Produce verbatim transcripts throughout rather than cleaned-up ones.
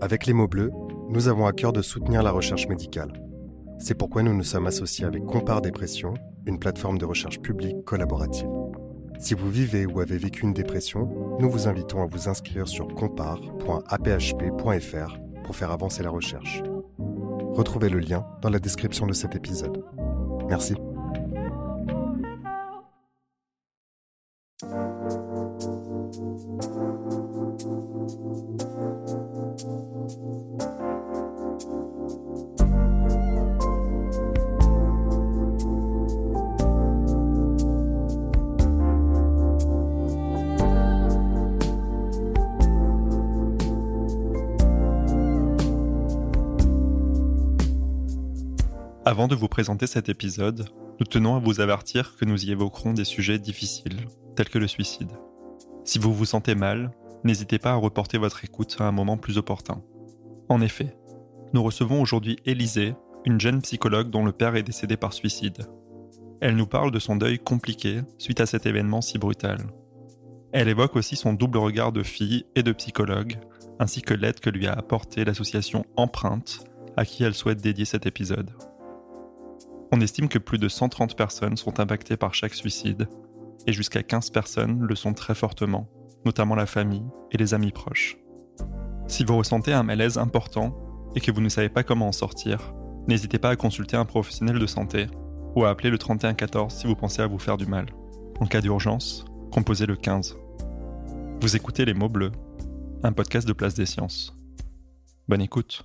Avec les mots bleus, nous avons à cœur de soutenir la recherche médicale. C'est pourquoi nous nous sommes associés avec Compare Dépression, une plateforme de recherche publique collaborative. Si vous vivez ou avez vécu une dépression, nous vous invitons à vous inscrire sur compare point a p h p point f r pour faire avancer la recherche. Retrouvez le lien dans la description de cet épisode. Merci. Avant de vous présenter cet épisode, nous tenons à vous avertir que nous y évoquerons des sujets difficiles, tels que le suicide. Si vous vous sentez mal, n'hésitez pas à reporter votre écoute à un moment plus opportun. En effet, nous recevons aujourd'hui Élisée, une jeune psychologue dont le père est décédé par suicide. Elle nous parle de son deuil compliqué suite à cet événement si brutal. Elle évoque aussi son double regard de fille et de psychologue, ainsi que l'aide que lui a apportée l'association Empreinte, à qui elle souhaite dédier cet épisode. On estime que plus de cent trente personnes sont impactées par chaque suicide, et jusqu'à quinze personnes le sont très fortement, notamment la famille et les amis proches. Si vous ressentez un malaise important et que vous ne savez pas comment en sortir, n'hésitez pas à consulter un professionnel de santé ou à appeler le trente et un quatorze si vous pensez à vous faire du mal. En cas d'urgence, composez le quinze. Vous écoutez Les Mots Bleus, un podcast de Place des Sciences. Bonne écoute.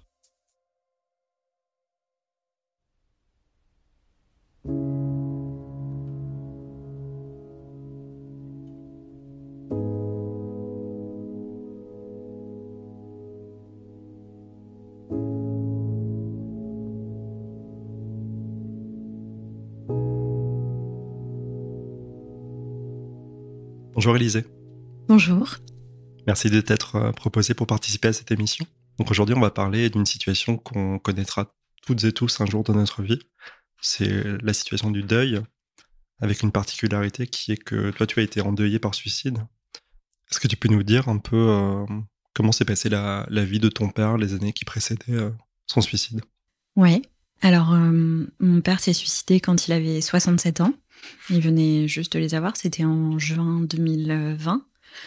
Bonjour Élisée. Bonjour. Merci de t'être proposée pour participer à cette émission. Donc aujourd'hui, on va parler d'une situation qu'on connaîtra toutes et tous un jour dans notre vie. C'est la situation du deuil, avec une particularité qui est que toi, tu as été endeuillé par suicide. Est-ce que tu peux nous dire un peu euh, comment s'est passée la, la vie de ton père les années qui précédaient euh, son suicide ? Oui. Alors, euh, mon père s'est suicidé quand il avait soixante-sept ans. Il venait juste de les avoir, c'était en juin deux mille vingt.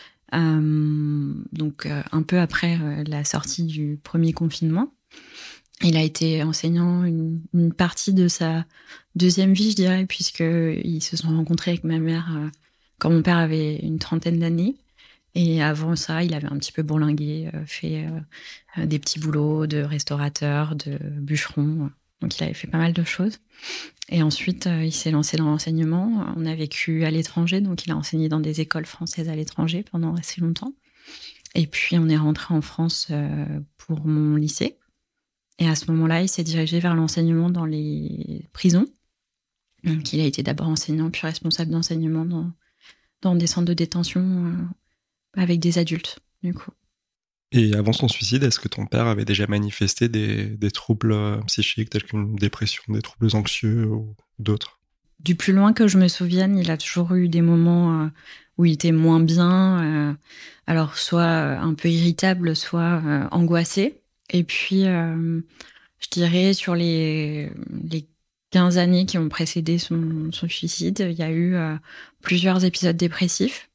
Euh, donc, euh, un peu après euh, la sortie du premier confinement. Il a été enseignant une, une partie de sa deuxième vie, je dirais, puisqu'ils se sont rencontrés avec ma mère euh, quand mon père avait une trentaine d'années. Et avant ça, il avait un petit peu bourlingué, euh, fait euh, des petits boulots de restaurateur, de bûcheron. Donc, il avait fait pas mal de choses. Et ensuite, euh, il s'est lancé dans l'enseignement. On a vécu à l'étranger, donc il a enseigné dans des écoles françaises à l'étranger pendant assez longtemps. Et puis, on est rentré en France euh, pour mon lycée. Et à ce moment-là, il s'est dirigé vers l'enseignement dans les prisons. Donc, il a été d'abord enseignant, puis responsable d'enseignement dans, dans des centres de détention euh, avec des adultes, du coup. Et avant son suicide, est-ce que ton père avait déjà manifesté des, des troubles psychiques tels qu'une dépression, des troubles anxieux ou d'autres ? Du plus loin que je me souvienne, il a toujours eu des moments euh, où il était moins bien. Euh, alors, soit un peu irritable, soit euh, angoissé. Et puis, euh, je dirais, sur les, les quinze années qui ont précédé son, son suicide, il y a eu euh, plusieurs épisodes dépressifs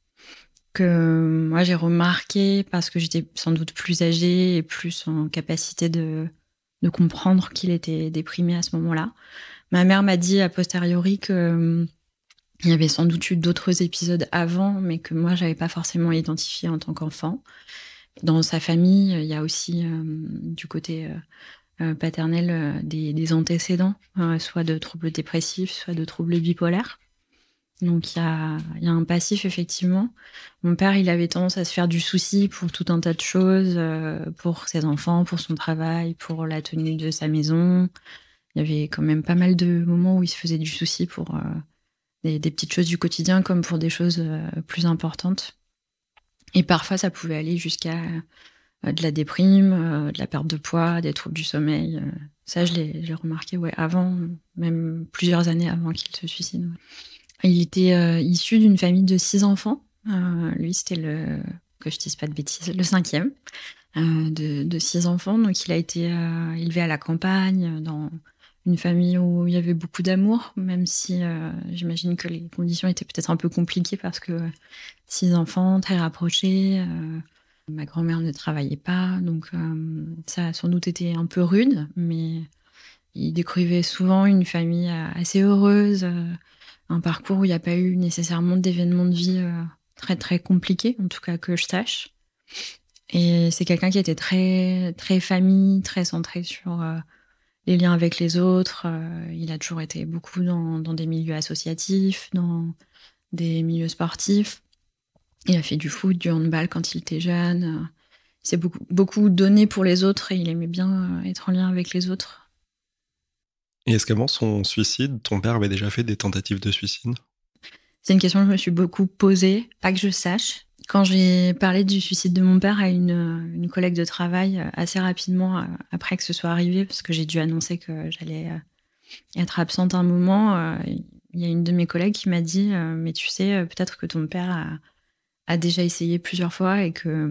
que moi j'ai remarqué parce que j'étais sans doute plus âgée et plus en capacité de, de comprendre qu'il était déprimé à ce moment-là. Ma mère m'a dit a posteriori que euh, il y avait sans doute eu d'autres épisodes avant, mais que moi j'avais pas forcément identifié en tant qu'enfant. Dans sa famille, il y a aussi euh, du côté euh, paternel euh, des, des antécédents, euh, soit de troubles dépressifs, soit de troubles bipolaires. Donc, il y a, il y a un passif, effectivement. Mon père, il avait tendance à se faire du souci pour tout un tas de choses, euh, pour ses enfants, pour son travail, pour la tenue de sa maison. Il y avait quand même pas mal de moments où il se faisait du souci pour euh, des, des petites choses du quotidien comme pour des choses euh, plus importantes. Et parfois, ça pouvait aller jusqu'à euh, de la déprime, euh, de la perte de poids, des troubles du sommeil. Euh. Ça, je l'ai, je l'ai remarqué ouais, avant, même plusieurs années avant qu'il se suicide. Ouais. Il était euh, issu d'une famille de six enfants. Euh, lui, c'était le, que je dise pas de bêtises, le cinquième. euh, de, de six enfants. Donc, il a été euh, élevé à la campagne, dans une famille où il y avait beaucoup d'amour, même si euh, j'imagine que les conditions étaient peut-être un peu compliquées parce que six enfants, très rapprochés. Euh, ma grand-mère ne travaillait pas, donc euh, ça a sans doute été un peu rude, mais il décrivait souvent une famille assez heureuse, euh, un parcours où il n'y a pas eu nécessairement d'événements de vie euh, très très compliqués, en tout cas que je sache. Et c'est quelqu'un qui était très très famille, très centré sur euh, les liens avec les autres. Euh, il a toujours été beaucoup dans, dans des milieux associatifs, dans des milieux sportifs. Il a fait du foot, du handball quand il était jeune. Il s'est beaucoup, beaucoup donné pour les autres et il aimait bien être en lien avec les autres. Et est-ce qu'avant son suicide, ton père avait déjà fait des tentatives de suicide ? C'est une question que je me suis beaucoup posée, pas que je sache. Quand j'ai parlé du suicide de mon père à une, une collègue de travail assez rapidement après que ce soit arrivé, parce que j'ai dû annoncer que j'allais être absente un moment, il y a une de mes collègues qui m'a dit « Mais tu sais, peut-être que ton père a, a déjà essayé plusieurs fois et que... »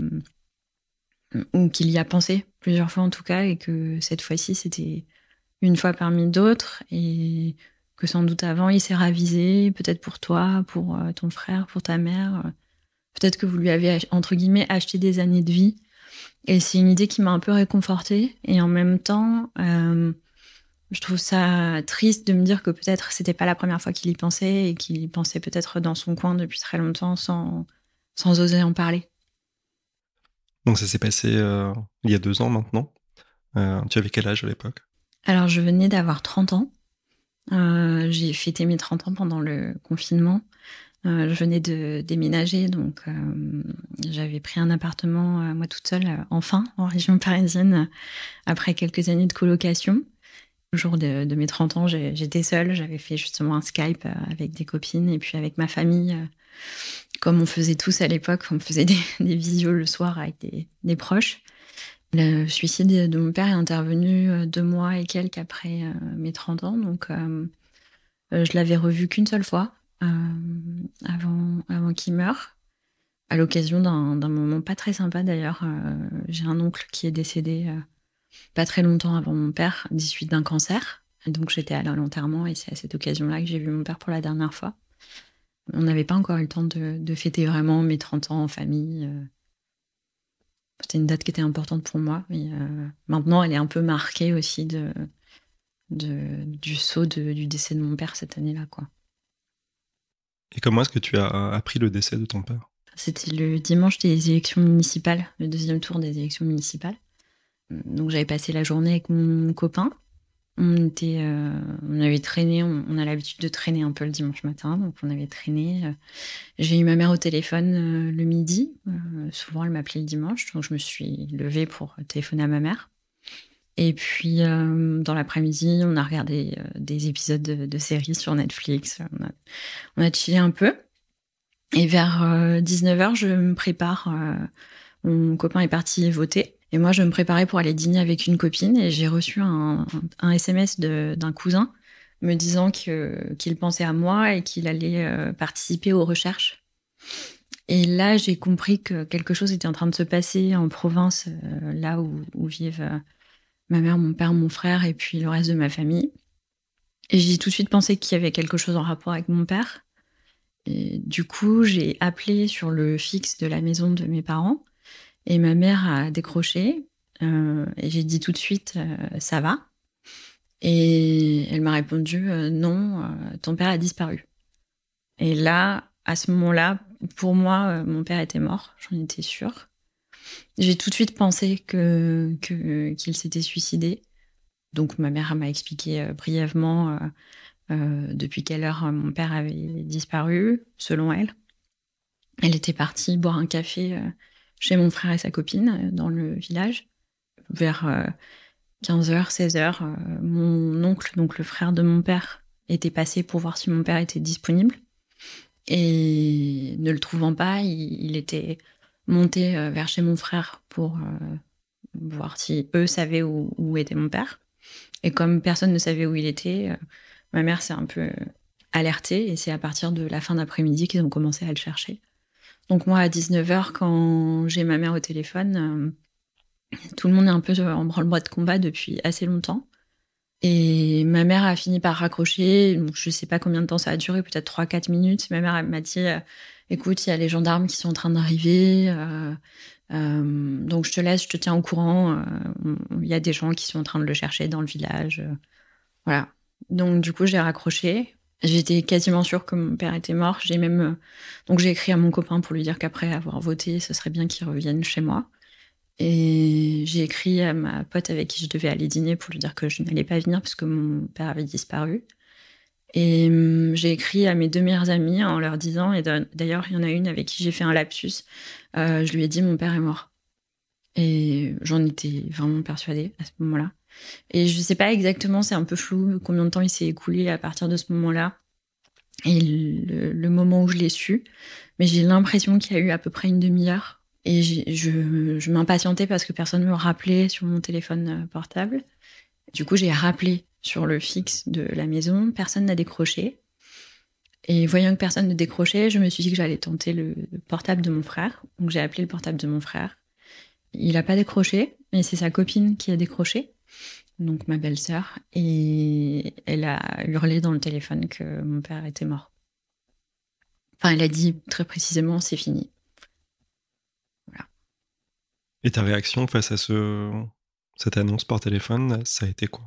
ou qu'il y a pensé plusieurs fois en tout cas, et que cette fois-ci, c'était une fois parmi d'autres, et que sans doute avant, il s'est ravisé, peut-être pour toi, pour ton frère, pour ta mère. Peut-être que vous lui avez, entre guillemets, acheté des années de vie. Et c'est une idée qui m'a un peu réconfortée. Et en même temps, euh, je trouve ça triste de me dire que peut-être c'était pas la première fois qu'il y pensait et qu'il y pensait peut-être dans son coin depuis très longtemps sans, sans oser en parler. Donc ça s'est passé euh, il y a deux ans maintenant. Euh, tu avais quel âge à l'époque ? Alors je venais d'avoir trente ans. Euh, j'ai fêté mes trente ans pendant le confinement. Euh, je venais de déménager, donc euh, j'avais pris un appartement, euh, moi toute seule, euh, enfin, en région parisienne, euh, après quelques années de colocation. Le jour de, de mes trente ans, j'ai, j'étais seule, j'avais fait justement un Skype euh, avec des copines et puis avec ma famille, euh, comme on faisait tous à l'époque, on faisait des, des visios le soir avec des, des proches. Le suicide de mon père est intervenu deux mois et quelques après euh, mes trente ans, donc euh, je l'avais revu qu'une seule fois euh, avant, avant qu'il meure, à l'occasion d'un, d'un moment pas très sympa d'ailleurs. Euh, j'ai un oncle qui est décédé euh, pas très longtemps avant mon père, des suites d'un cancer, et donc j'étais allée à l'enterrement et c'est à cette occasion-là que j'ai vu mon père pour la dernière fois. On n'avait pas encore eu le temps de, de fêter vraiment mes trente ans en famille. Euh, C'était une date qui était importante pour moi. Mais euh, maintenant, elle est un peu marquée aussi de, de, du saut de, du décès de mon père cette année-là, quoi. Et comment est-ce que tu as appris le décès de ton père ? C'était le dimanche des élections municipales, le deuxième tour des élections municipales. Donc j'avais passé la journée avec mon copain. On était, euh, on avait traîné, on, on a l'habitude de traîner un peu le dimanche matin, donc on avait traîné. J'ai eu ma mère au téléphone euh, le midi. Euh, souvent, elle m'appelait le dimanche, donc je me suis levée pour téléphoner à ma mère. Et puis, euh, dans l'après-midi, on a regardé euh, des épisodes de, de séries sur Netflix. On a, on a chillé un peu. Et vers euh, dix-neuf heures, je me prépare. Euh, mon copain est parti voter. Et moi, je me préparais pour aller dîner avec une copine. Et j'ai reçu un, un S M S de, d'un cousin me disant que, qu'il pensait à moi et qu'il allait euh, participer aux recherches. Et là, j'ai compris que quelque chose était en train de se passer en province, euh, là où, où vivent euh, ma mère, mon père, mon frère et puis le reste de ma famille. Et j'ai tout de suite pensé qu'il y avait quelque chose en rapport avec mon père. Et du coup, j'ai appelé sur le fixe de la maison de mes parents et ma mère a décroché. Euh, et j'ai dit tout de suite euh, « ça va ?» Et elle m'a répondu euh, « non, euh, ton père a disparu ». Et là, à ce moment-là, pour moi, euh, mon père était mort, j'en étais sûre. J'ai tout de suite pensé que, que, qu'il s'était suicidé. Donc ma mère m'a expliqué euh, brièvement euh, euh, depuis quelle heure euh, mon père avait disparu, selon elle. Elle était partie boire un café euh, chez mon frère et sa copine euh, dans le village. Vers euh, quinze heures, seize heures, euh, mon oncle, donc le frère de mon père, était passé pour voir si mon père était disponible. Et ne le trouvant pas, il, il était monté euh, vers chez mon frère pour euh, voir si eux savaient où, où était mon père. Et comme personne ne savait où il était, euh, ma mère s'est un peu alertée et c'est à partir de la fin d'après-midi qu'ils ont commencé à le chercher. Donc moi, à dix-neuf heures, quand j'ai ma mère au téléphone, euh, Tout le monde est un peu en branle-bas de combat depuis assez longtemps. Et ma mère a fini par raccrocher. Donc, je sais pas combien de temps ça a duré, peut-être trois quatre minutes. Ma mère elle m'a dit euh, écoute, il y a les gendarmes qui sont en train d'arriver. Euh, euh, donc, je te laisse, je te tiens au courant. Il euh, y a des gens qui sont en train de le chercher dans le village. Euh, voilà. Donc, du coup, j'ai raccroché. J'étais quasiment sûre que mon père était mort. J'ai même, euh, donc, j'ai écrit à mon copain pour lui dire qu'après avoir voté, ce serait bien qu'il revienne chez moi. Et j'ai écrit à ma pote avec qui je devais aller dîner pour lui dire que je n'allais pas venir parce que mon père avait disparu. Et hum, j'ai écrit à mes deux meilleures amies en leur disant, et d'ailleurs il y en a une avec qui j'ai fait un lapsus, euh, je lui ai dit mon père est mort. Et j'en étais vraiment persuadée à ce moment-là. Et je sais pas exactement, c'est un peu flou combien de temps il s'est écoulé à partir de ce moment-là et le, le moment où je l'ai su. Mais j'ai l'impression qu'il y a eu à peu près une demi-heure. Et je, je m'impatientais parce que personne ne me rappelait sur mon téléphone portable. Du coup, j'ai rappelé sur le fixe de la maison. Personne n'a décroché. Et voyant que personne ne décrochait, je me suis dit que j'allais tenter le portable de mon frère. Donc, j'ai appelé le portable de mon frère. Il n'a pas décroché, mais c'est sa copine qui a décroché. Donc, ma belle-sœur. Et elle a hurlé dans le téléphone que mon père était mort. Enfin, elle a dit très précisément, c'est fini. Et ta réaction face à ce, cette annonce par téléphone, ça a été quoi?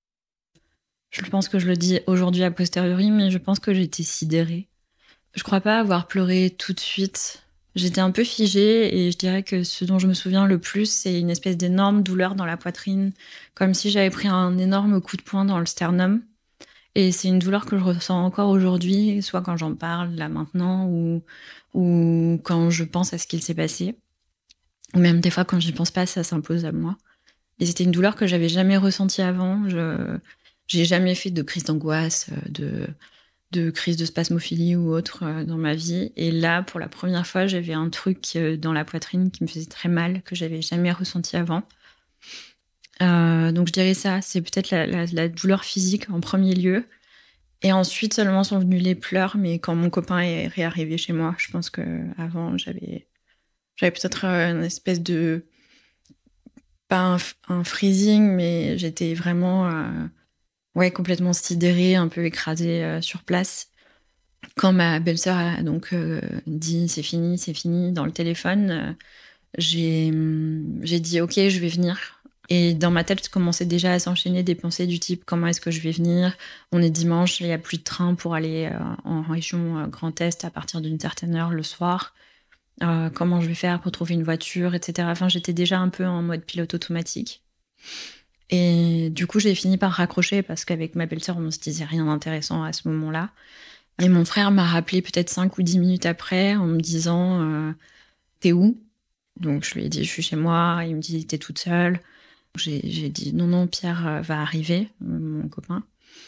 Je pense que je le dis aujourd'hui a posteriori, mais je pense que j'étais sidérée. Je crois pas avoir pleuré tout de suite. J'étais un peu figée et je dirais que ce dont je me souviens le plus, c'est une espèce d'énorme douleur dans la poitrine, comme si j'avais pris un énorme coup de poing dans le sternum. Et c'est une douleur que je ressens encore aujourd'hui, soit quand j'en parle là maintenant, ou, ou quand je pense à ce qu'il s'est passé. Ou même des fois quand j'y pense pas, ça s'impose à moi. Et c'était une douleur que j'avais jamais ressentie avant. Je j'ai jamais fait de crise d'angoisse, de de crise de spasmophilie ou autre dans ma vie. Et là, pour la première fois, j'avais un truc dans la poitrine qui me faisait très mal, que j'avais jamais ressenti avant. Euh, donc je dirais ça, c'est peut-être la, la, la douleur physique en premier lieu. Et ensuite seulement sont venus les pleurs, mais quand mon copain est réarrivé chez moi, je pense qu'avant, j'avais, j'avais peut-être une espèce de... Pas un, un freezing, mais j'étais vraiment euh, ouais, complètement sidérée, un peu écrasée euh, sur place. Quand ma belle-sœur a donc euh, dit « c'est fini, c'est fini » dans le téléphone, euh, j'ai, j'ai dit « ok, je vais venir ». Et dans ma tête, commençait déjà à s'enchaîner des pensées du type « comment est-ce que je vais venir ? On est dimanche, il n'y a plus de train pour aller euh, en région euh, Grand Est à partir d'une certaine heure le soir. Euh, comment je vais faire pour trouver une voiture, et cetera » Enfin, j'étais déjà un peu en mode pilote automatique. Et du coup, j'ai fini par raccrocher parce qu'avec ma belle-sœur, on ne se disait rien d'intéressant à ce moment-là. Et mon frère m'a rappelé peut-être cinq ou dix minutes après en me disant euh, « t'es où ?» Donc je lui ai dit « je suis chez moi ». Il me dit « t'es toute seule ?» J'ai, j'ai dit « non, non, Pierre va arriver, mon copain ».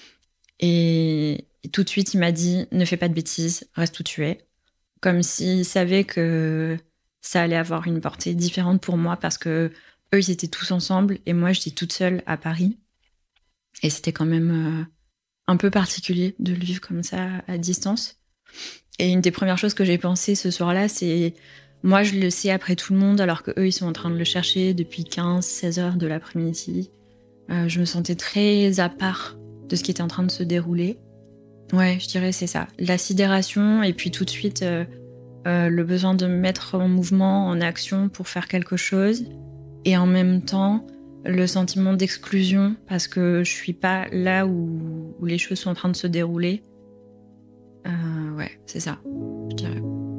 Et, et tout de suite, il m'a dit « ne fais pas de bêtises, reste où tu es ». Comme s'il savait que ça allait avoir une portée différente pour moi parce que eux, ils étaient tous ensemble et moi, j'étais toute seule à Paris. Et c'était quand même euh, un peu particulier de le vivre comme ça à distance. Et une des premières choses que j'ai pensé ce soir-là, c'est moi, je le sais après tout le monde, alors qu'eux, ils sont en train de le chercher depuis quinze seize heures de l'après-midi. Euh, je me sentais très à part de ce qui était en train de se dérouler. Ouais, je dirais c'est ça. La sidération et puis tout de suite euh, euh, le besoin de me mettre en mouvement, en action pour faire quelque chose. Et en même temps, le sentiment d'exclusion parce que je suis pas là où, où les choses sont en train de se dérouler. Euh, ouais, c'est ça, je dirais.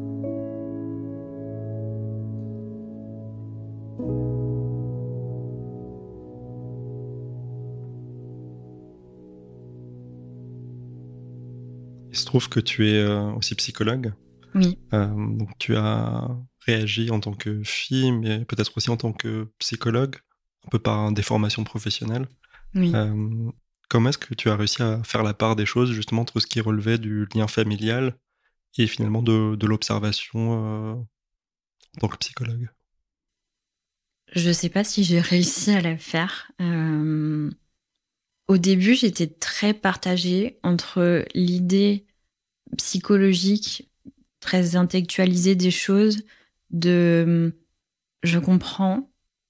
Il se trouve que tu es euh, aussi psychologue. Oui. Euh, donc tu as réagi en tant que fille, mais peut-être aussi en tant que psychologue, un peu par des formations professionnelles. Oui. Euh, comment est-ce que tu as réussi à faire la part des choses, justement, entre ce qui relevait du lien familial et finalement de, de l'observation euh, en tant que psychologue? Je sais pas si j'ai réussi à la faire. Euh... Au début, j'étais très partagée entre l'idée psychologique, très intellectualisée des choses, de je comprends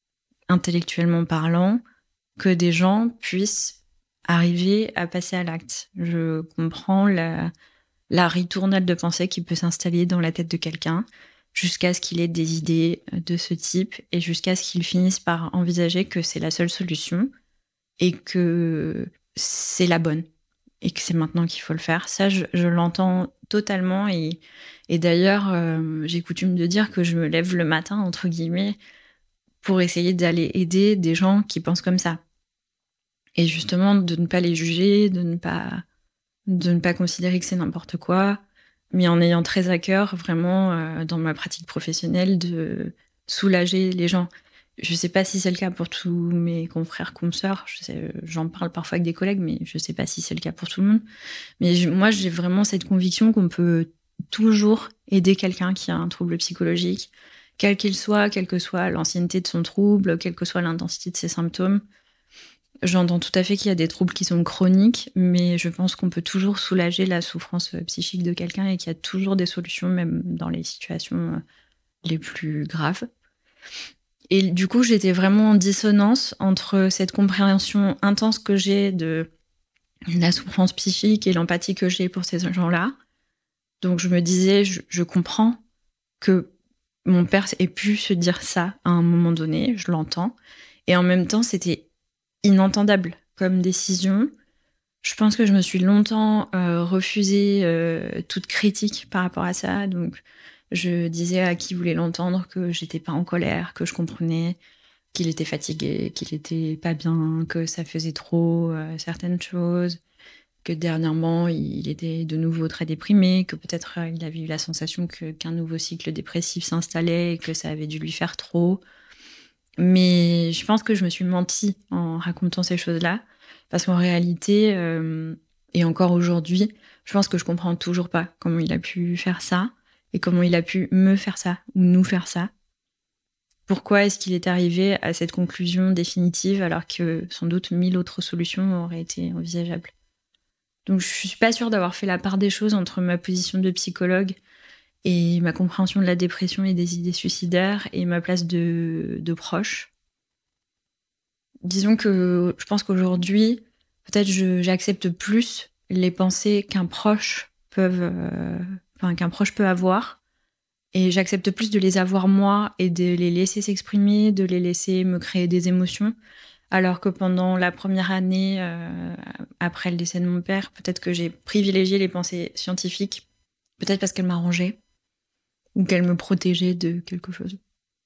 intellectuellement parlant, que des gens puissent arriver à passer à l'acte. Je comprends la, la ritournelle de pensée qui peut s'installer dans la tête de quelqu'un jusqu'à ce qu'il ait des idées de ce type et jusqu'à ce qu'il finisse par envisager que c'est la seule solution et que c'est la bonne et que c'est maintenant qu'il faut le faire. Ça, je, je l'entends totalement et, et d'ailleurs, euh, j'ai coutume de dire que je me lève le matin, entre guillemets, pour essayer d'aller aider des gens qui pensent comme ça. Et justement, de ne pas les juger, de ne pas, de ne pas considérer que c'est n'importe quoi, mais en ayant très à cœur, vraiment, euh, dans ma pratique professionnelle, de soulager les gens. Je ne sais pas si c'est le cas pour tous mes confrères, consoeurs. Je sais, j'en parle parfois avec des collègues, mais je ne sais pas si c'est le cas pour tout le monde. Mais je, moi, j'ai vraiment cette conviction qu'on peut toujours aider quelqu'un qui a un trouble psychologique, quel qu'il soit, quelle que soit l'ancienneté de son trouble, quelle que soit l'intensité de ses symptômes. J'entends tout à fait qu'il y a des troubles qui sont chroniques, mais je pense qu'on peut toujours soulager la souffrance psychique de quelqu'un et qu'il y a toujours des solutions, même dans les situations les plus graves. Et du coup, j'étais vraiment en dissonance entre cette compréhension intense que j'ai de la souffrance psychique et l'empathie que j'ai pour ces gens-là. Donc je me disais, je, je comprends que mon père ait pu se dire ça à un moment donné, je l'entends. Et en même temps, c'était inentendable comme décision. Je pense que je me suis longtemps euh, refusé euh, toute critique par rapport à ça. Donc je disais à qui voulait l'entendre que j'étais pas en colère, que je comprenais qu'il était fatigué, qu'il était pas bien, que ça faisait trop euh, certaines choses, que dernièrement il était de nouveau très déprimé, que peut-être euh, il avait eu la sensation que, qu'un nouveau cycle dépressif s'installait et que ça avait dû lui faire trop. Mais je pense que je me suis menti en racontant ces choses-là, parce qu'en réalité, euh, et encore aujourd'hui, je pense que je comprends toujours pas comment il a pu faire ça, et comment il a pu me faire ça, ou nous faire ça. Pourquoi est-ce qu'il est arrivé à cette conclusion définitive, alors que sans doute mille autres solutions auraient été envisageables. Donc je suis pas sûre d'avoir fait la part des choses entre ma position de psychologue et ma compréhension de la dépression et des idées suicidaires et ma place de, de proche. Disons que je pense qu'aujourd'hui, peut-être je, j'accepte plus les pensées qu'un proche peuvent, euh, enfin, qu'un proche peut avoir, et j'accepte plus de les avoir moi et de les laisser s'exprimer, de les laisser me créer des émotions, alors que pendant la première année euh, après le décès de mon père, peut-être que j'ai privilégié les pensées scientifiques, peut-être parce qu'elles m'arrangeaient ou qu'elles me protégeaient de quelque chose.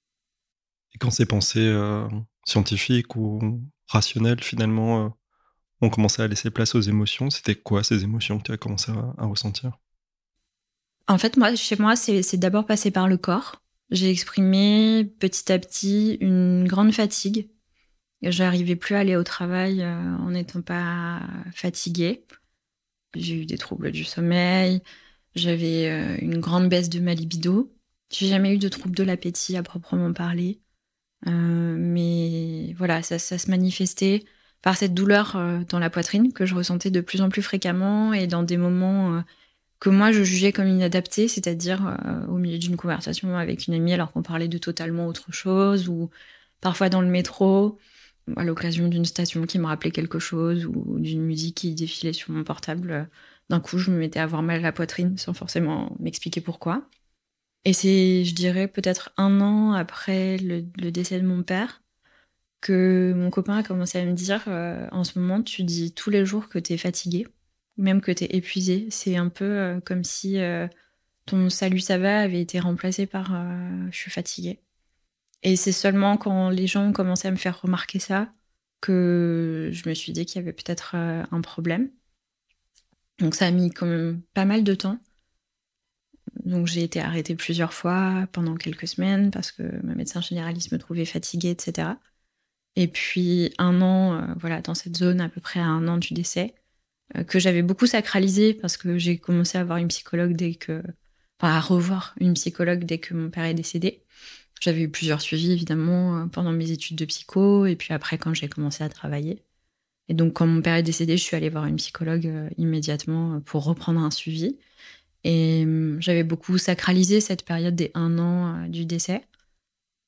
Et quand ces pensées euh, scientifiques ou rationnelles, finalement, euh, ont commencé à laisser place aux émotions, c'était quoi ces émotions que tu as commencé à, à ressentir ? En fait, moi, chez moi, c'est, c'est d'abord passé par le corps. J'ai exprimé petit à petit une grande fatigue. J'arrivais plus à aller au travail euh, en n'étant pas fatiguée. J'ai eu des troubles du sommeil. J'avais euh, une grande baisse de ma libido. J'ai jamais eu de troubles de l'appétit à proprement parler. Euh, mais voilà, ça, ça se manifestait par cette douleur euh, dans la poitrine que je ressentais de plus en plus fréquemment et dans des moments euh, que moi je jugeais comme inadaptés, c'est-à-dire euh, au milieu d'une conversation avec une amie alors qu'on parlait de totalement autre chose, ou parfois dans le métro, à l'occasion d'une station qui me rappelait quelque chose ou d'une musique qui défilait sur mon portable. D'un coup, je me mettais à avoir mal à la poitrine sans forcément m'expliquer pourquoi. Et c'est, je dirais, peut-être un an après le, le décès de mon père que mon copain a commencé à me dire euh, en ce moment, tu dis tous les jours que t'es fatiguée, même que t'es épuisée. C'est un peu euh, comme si euh, ton salut ça va avait été remplacé par euh, je suis fatiguée. Et c'est seulement quand les gens ont commencé à me faire remarquer ça que je me suis dit qu'il y avait peut-être euh, un problème. Donc ça a mis quand même pas mal de temps. Donc j'ai été arrêtée plusieurs fois pendant quelques semaines parce que ma médecin généraliste me trouvait fatiguée, et cetera. Et puis un an, euh, voilà, dans cette zone, à peu près à un an du décès, euh, que j'avais beaucoup sacralisé parce que j'ai commencé à voir une psychologue dès que... Enfin, à revoir une psychologue dès que mon père est décédé. J'avais eu plusieurs suivis, évidemment, pendant mes études de psycho, et puis après, quand j'ai commencé à travailler. Et donc, quand mon père est décédé, je suis allée voir une psychologue euh, immédiatement pour reprendre un suivi. Et euh, j'avais beaucoup sacralisé cette période des un an euh, du décès.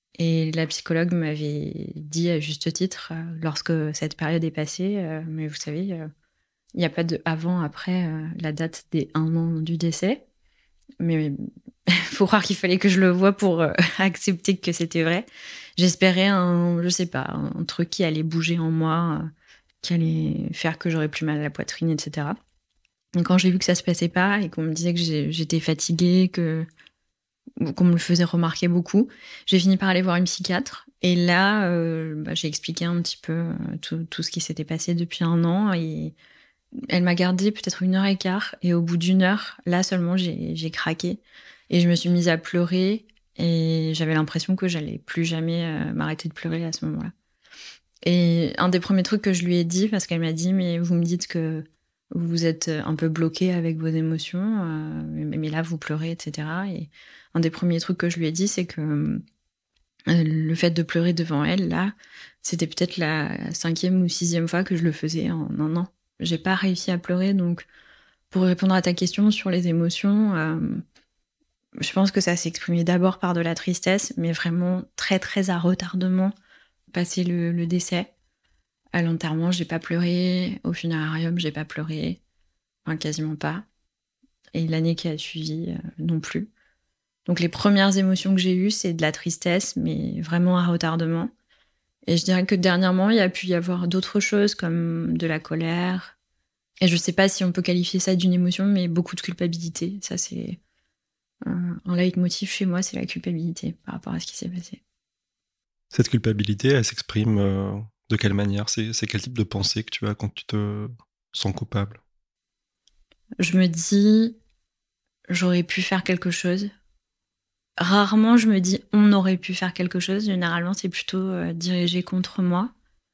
Et la psychologue m'avait dit à juste titre, euh, lorsque cette période est passée, euh, mais vous savez, il euh, n'y a pas de avant, après euh, la date des un an du décès. Mais il faut croire qu'il fallait que je le voie pour euh, accepter que c'était vrai. J'espérais un, je sais pas, un truc qui allait bouger en moi, euh, qui allait faire que j'aurais plus mal à la poitrine, et cetera. Et quand j'ai vu que ça se passait pas et qu'on me disait que j'étais fatiguée, que qu'on me le faisait remarquer beaucoup, j'ai fini par aller voir une psychiatre. Et là, euh, bah, j'ai expliqué un petit peu euh, tout, tout ce qui s'était passé depuis un an. Et elle m'a gardé peut-être une heure et quart. Et au bout d'une heure, là seulement, j'ai, j'ai craqué. Et je me suis mise à pleurer. Et j'avais l'impression que j'allais plus jamais euh, m'arrêter de pleurer à ce moment-là. Et un des premiers trucs que je lui ai dit, parce qu'elle m'a dit, mais vous me dites que vous êtes un peu bloqué avec vos émotions, euh, mais là, vous pleurez, et cetera. Et un des premiers trucs que je lui ai dit, c'est que euh, le fait de pleurer devant elle, là, c'était peut-être la cinquième ou sixième fois que je le faisais en un an. J'ai pas réussi à pleurer, donc pour répondre à ta question sur les émotions, euh, je pense que ça s'exprimait d'abord par de la tristesse, mais vraiment très très à retardement, passé le, le décès. À l'enterrement, j'ai pas pleuré. Au funérarium, j'ai pas pleuré. Enfin, quasiment pas. Et l'année qui a suivi, euh, non plus. Donc les premières émotions que j'ai eues, c'est de la tristesse, mais vraiment à retardement. Et je dirais que dernièrement, il y a pu y avoir d'autres choses, comme de la colère. Et je sais pas si on peut qualifier ça d'une émotion, mais beaucoup de culpabilité. Ça, c'est un, un leitmotiv chez moi, c'est la culpabilité par rapport à ce qui s'est passé. Cette culpabilité, elle s'exprime euh, de quelle manière ? c'est, c'est quel type de pensée que tu as quand tu te sens coupable ? Je me dis, j'aurais pu faire quelque chose. Rarement, je me dis, on aurait pu faire quelque chose. Généralement, c'est plutôt euh, dirigé contre moi.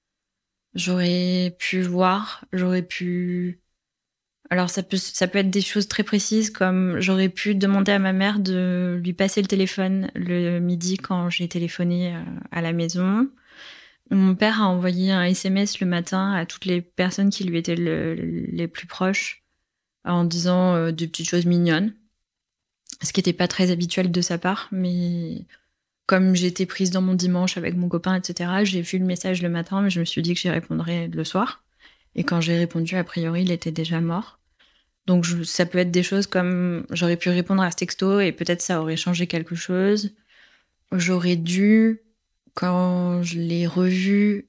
J'aurais pu voir, j'aurais pu... Alors, ça peut, ça peut être des choses très précises, comme j'aurais pu demander à ma mère de lui passer le téléphone le midi quand j'ai téléphoné euh, à la maison. Mon père a envoyé un S M S le matin à toutes les personnes qui lui étaient le, les plus proches en disant euh, des petites choses mignonnes. Ce qui n'était pas très habituel de sa part, mais comme j'étais prise dans mon dimanche avec mon copain, et cetera, j'ai vu le message le matin, mais je me suis dit que j'y répondrais le soir. Et quand j'ai répondu, a priori, il était déjà mort. Donc je, ça peut être des choses comme j'aurais pu répondre à ce texto et peut-être ça aurait changé quelque chose. J'aurais dû, quand je l'ai revu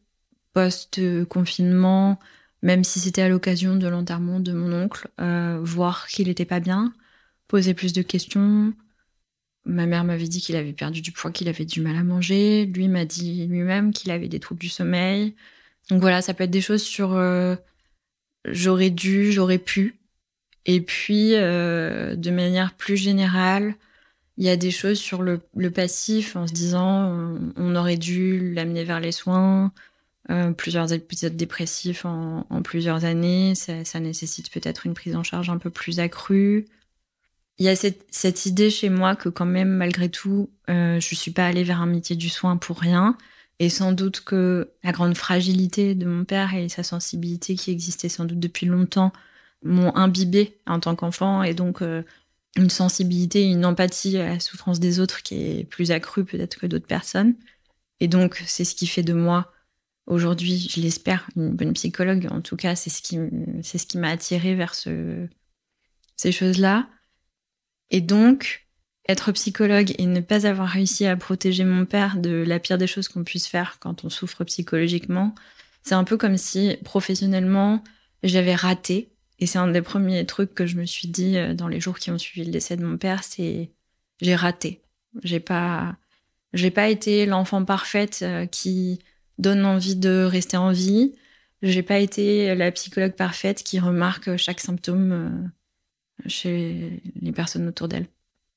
post-confinement, même si c'était à l'occasion de l'enterrement de mon oncle, euh, voir qu'il était pas bien, poser plus de questions. Ma mère m'avait dit qu'il avait perdu du poids, qu'il avait du mal à manger. Lui m'a dit lui-même qu'il avait des troubles du sommeil. Donc voilà, ça peut être des choses sur euh, j'aurais dû, j'aurais pu. Et puis, euh, de manière plus générale, il y a des choses sur le, le passif en se disant on, on aurait dû l'amener vers les soins, euh, plusieurs épisodes dépressifs en, en plusieurs années, ça, ça nécessite peut-être une prise en charge un peu plus accrue. Il y a cette, cette idée chez moi que quand même, malgré tout, euh, je suis pas allée vers un métier du soin pour rien. Et sans doute que la grande fragilité de mon père et sa sensibilité qui existait sans doute depuis longtemps m'ont imbibée en tant qu'enfant. Et donc, euh, une sensibilité, une empathie à la souffrance des autres qui est plus accrue peut-être que d'autres personnes. Et donc, c'est ce qui fait de moi, aujourd'hui, je l'espère, une bonne psychologue. En tout cas, c'est ce qui, c'est ce qui m'a attirée vers ce, ces choses-là. Et donc, être psychologue et ne pas avoir réussi à protéger mon père de la pire des choses qu'on puisse faire quand on souffre psychologiquement, c'est un peu comme si, professionnellement, j'avais raté. Et c'est un des premiers trucs que je me suis dit dans les jours qui ont suivi le décès de mon père, c'est j'ai raté. J'ai pas, j'ai pas été l'enfant parfaite qui donne envie de rester en vie. J'ai pas été la psychologue parfaite qui remarque chaque symptôme chez les personnes autour d'elle.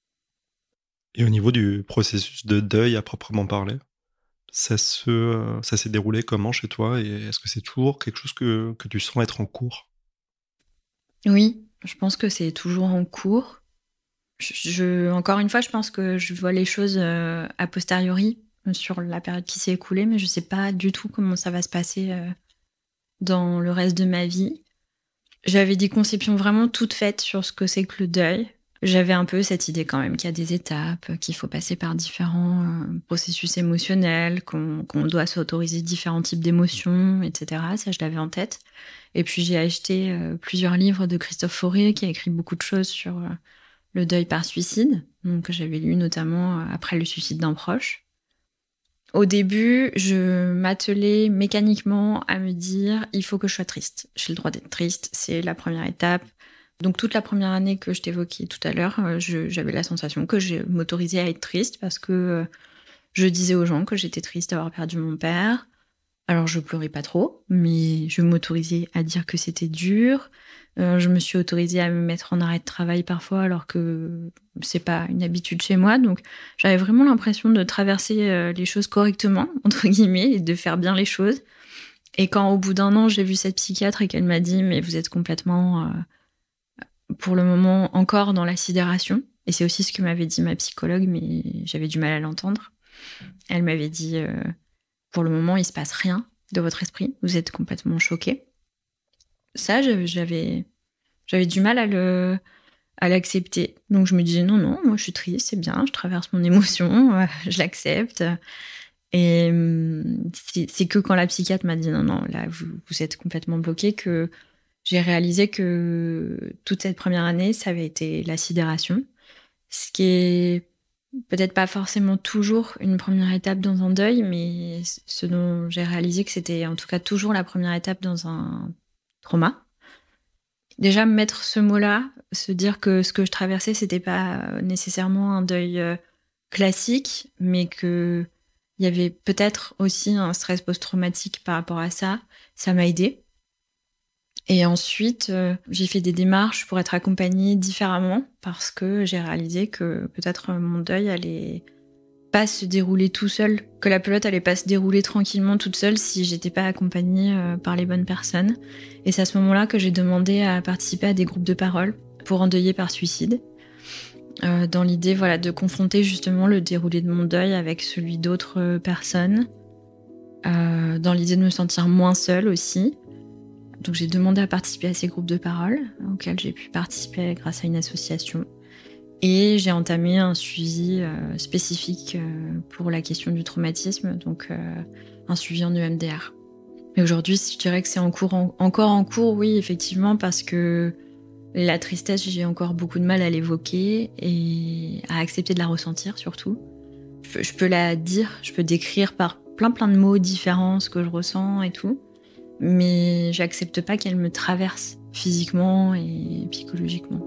Et au niveau du processus de deuil à proprement parler, ça, se, ça s'est déroulé comment chez toi et est-ce que c'est toujours quelque chose que, que tu sens être en cours ? Oui, je pense que c'est toujours en cours. Je, je, encore une fois, je pense que je vois les choses euh, a posteriori sur la période qui s'est écoulée, mais je sais pas du tout comment ça va se passer euh, dans le reste de ma vie. J'avais des conceptions vraiment toutes faites sur ce que c'est que le deuil. J'avais un peu cette idée quand même qu'il y a des étapes, qu'il faut passer par différents euh, processus émotionnels, qu'on, qu'on doit s'autoriser différents types d'émotions, et cetera. Ça, je l'avais en tête. Et puis, j'ai acheté euh, plusieurs livres de Christophe Fauré, qui a écrit beaucoup de choses sur euh, le deuil par suicide, donc que j'avais lu notamment euh, après le suicide d'un proche. Au début, je m'attelais mécaniquement à me dire « il faut que je sois triste. J'ai le droit d'être triste, c'est la première étape ». Donc toute la première année que je t'évoquais tout à l'heure, je, j'avais la sensation que je m'autorisais à être triste parce que je disais aux gens que j'étais triste d'avoir perdu mon père. Alors je pleurais pas trop, mais je m'autorisais à dire que c'était dur. Euh, je me suis autorisée à me mettre en arrêt de travail parfois alors que c'est pas une habitude chez moi. Donc j'avais vraiment l'impression de traverser euh, les choses correctement, entre guillemets, et de faire bien les choses. Et quand au bout d'un an, j'ai vu cette psychiatre et qu'elle m'a dit « mais vous êtes complètement, euh, pour le moment, encore dans la sidération ». Et c'est aussi ce que m'avait dit ma psychologue, mais j'avais du mal à l'entendre. Elle m'avait dit euh, « pour le moment, il se passe rien de votre esprit, vous êtes complètement choqué ». Ça, j'avais, j'avais du mal à, le, à l'accepter. Donc je me disais non, non, moi je suis triste, c'est bien, je traverse mon émotion, je l'accepte. Et c'est, c'est que quand la psychiatre m'a dit non, non, là vous, vous êtes complètement bloqué que j'ai réalisé que toute cette première année, ça avait été la sidération. Ce qui est peut-être pas forcément toujours une première étape dans un deuil, mais ce dont j'ai réalisé que c'était en tout cas toujours la première étape dans un trauma. Déjà, mettre ce mot-là, se dire que ce que je traversais, c'était pas nécessairement un deuil euh, classique, mais que il y avait peut-être aussi un stress post-traumatique par rapport à ça, ça m'a aidée. Et ensuite, euh, j'ai fait des démarches pour être accompagnée différemment parce que j'ai réalisé que peut-être mon deuil allait pas se dérouler tout seul, que la pelote allait pas se dérouler tranquillement toute seule si j'étais pas accompagnée euh, par les bonnes personnes. Et c'est à ce moment-là que j'ai demandé à participer à des groupes de parole pour endeuiller par suicide, euh, dans l'idée voilà de confronter justement le déroulé de mon deuil avec celui d'autres personnes, euh, dans l'idée de me sentir moins seule aussi. Donc j'ai demandé à participer à ces groupes de parole auxquels j'ai pu participer grâce à une association. Et j'ai entamé un suivi euh, spécifique euh, pour la question du traumatisme, donc euh, un suivi en E M D R. Mais aujourd'hui, je dirais que c'est en cours, en, encore en cours, oui, effectivement, parce que la tristesse, j'ai encore beaucoup de mal à l'évoquer et à accepter de la ressentir, surtout. Je peux, je peux la dire, je peux décrire par plein plein de mots différents ce que je ressens et tout, mais j'accepte pas qu'elle me traverse physiquement et psychologiquement.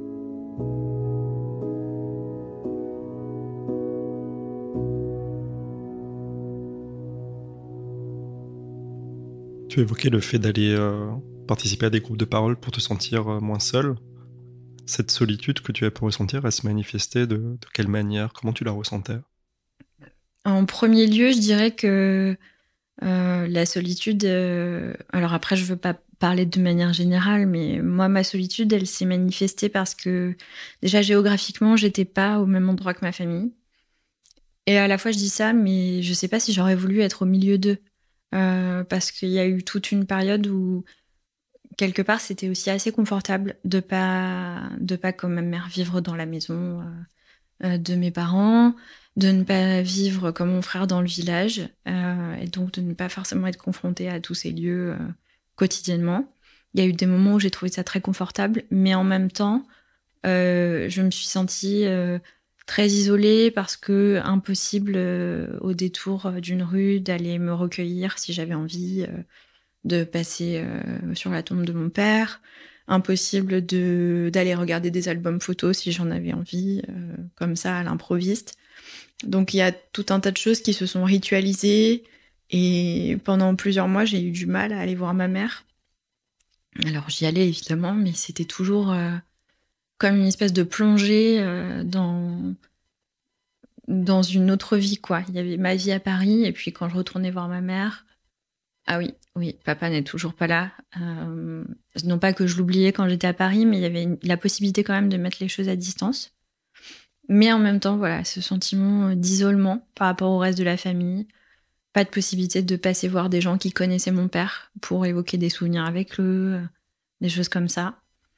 Tu évoquais le fait d'aller euh, participer à des groupes de parole pour te sentir euh, moins seul. Cette solitude que tu as pu ressentir, elle se manifestait de, de quelle manière? Comment tu la ressentais? En premier lieu, je dirais que euh, la solitude... Euh, alors après, je veux pas parler de manière générale, mais moi, ma solitude, elle s'est manifestée parce que déjà, géographiquement, j'étais pas au même endroit que ma famille. Et à la fois, je dis ça, mais je sais pas si j'aurais voulu être au milieu d'eux. Euh, parce qu'il y a eu toute une période où quelque part c'était aussi assez confortable de pas de pas comme ma mère vivre dans la maison euh, de mes parents, de ne pas vivre comme mon frère dans le village euh, et donc de ne pas forcément être confrontée à tous ces lieux euh, quotidiennement. Il y a eu des moments où j'ai trouvé ça très confortable, mais en même temps euh, je me suis sentie euh, très isolée parce que impossible euh, au détour d'une rue d'aller me recueillir si j'avais envie euh, de passer euh, sur la tombe de mon père, impossible de d'aller regarder des albums photos si j'en avais envie euh, comme ça à l'improviste. Donc il y a tout un tas de choses qui se sont ritualisées et pendant plusieurs mois j'ai eu du mal à aller voir ma mère. Alors j'y allais évidemment, mais c'était toujours euh, comme une espèce de plongée euh, dans, dans une autre vie, quoi. Il y avait ma vie à Paris, et puis quand je retournais voir ma mère, ah oui, oui, papa n'est toujours pas là. Euh, non pas que je l'oubliais quand j'étais à Paris, mais il y avait une, la possibilité quand même de mettre les choses à distance. Mais en même temps, voilà, ce sentiment d'isolement par rapport au reste de la famille. Pas de possibilité de passer voir des gens qui connaissaient mon père pour évoquer des souvenirs avec eux, des choses comme ça.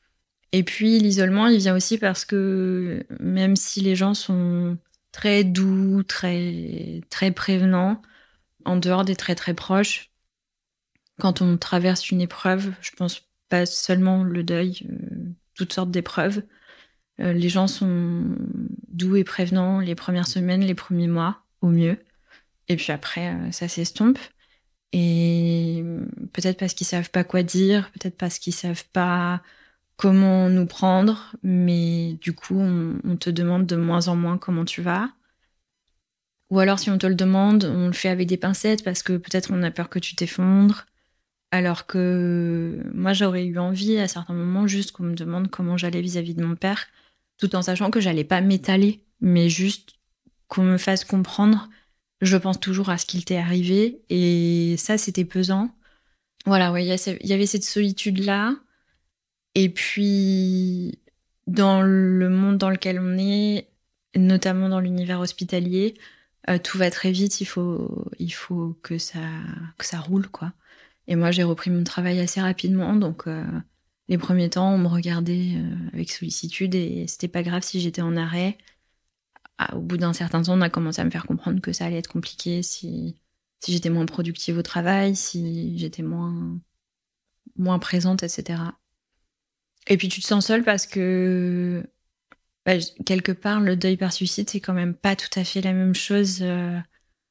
Et puis l'isolement, il vient aussi parce que même si les gens sont très doux, très, très prévenants, en dehors des très très proches, quand on traverse une épreuve, je pense pas seulement le deuil, euh, toutes sortes d'épreuves, euh, les gens sont doux et prévenants les premières semaines, les premiers mois, au mieux. Et puis après, euh, ça s'estompe. Et peut-être parce qu'ils savent pas quoi dire, peut-être parce qu'ils savent pas comment nous prendre, mais du coup, on, on te demande de moins en moins comment tu vas. Ou alors, si on te le demande, on le fait avec des pincettes parce que peut-être on a peur que tu t'effondres. Alors que moi, j'aurais eu envie à certains moments juste qu'on me demande comment j'allais vis-à-vis de mon père, tout en sachant que j'allais pas m'étaler, mais juste qu'on me fasse comprendre. Je pense toujours à ce qu'il t'est arrivé et ça, c'était pesant. Voilà, ouais, il y, y avait cette solitude-là. Et puis, dans le monde dans lequel on est, notamment dans l'univers hospitalier, euh, tout va très vite, il faut, il faut que, ça, que ça roule, quoi. Et moi, j'ai repris mon travail assez rapidement, donc euh, les premiers temps, on me regardait euh, avec sollicitude et c'était pas grave si j'étais en arrêt. Ah, au bout d'un certain temps, on a commencé à me faire comprendre que ça allait être compliqué si, si j'étais moins productive au travail, si j'étais moins, moins présente, et cetera. Et puis tu te sens seule parce que bah, quelque part, le deuil par suicide, c'est quand même pas tout à fait la même chose euh,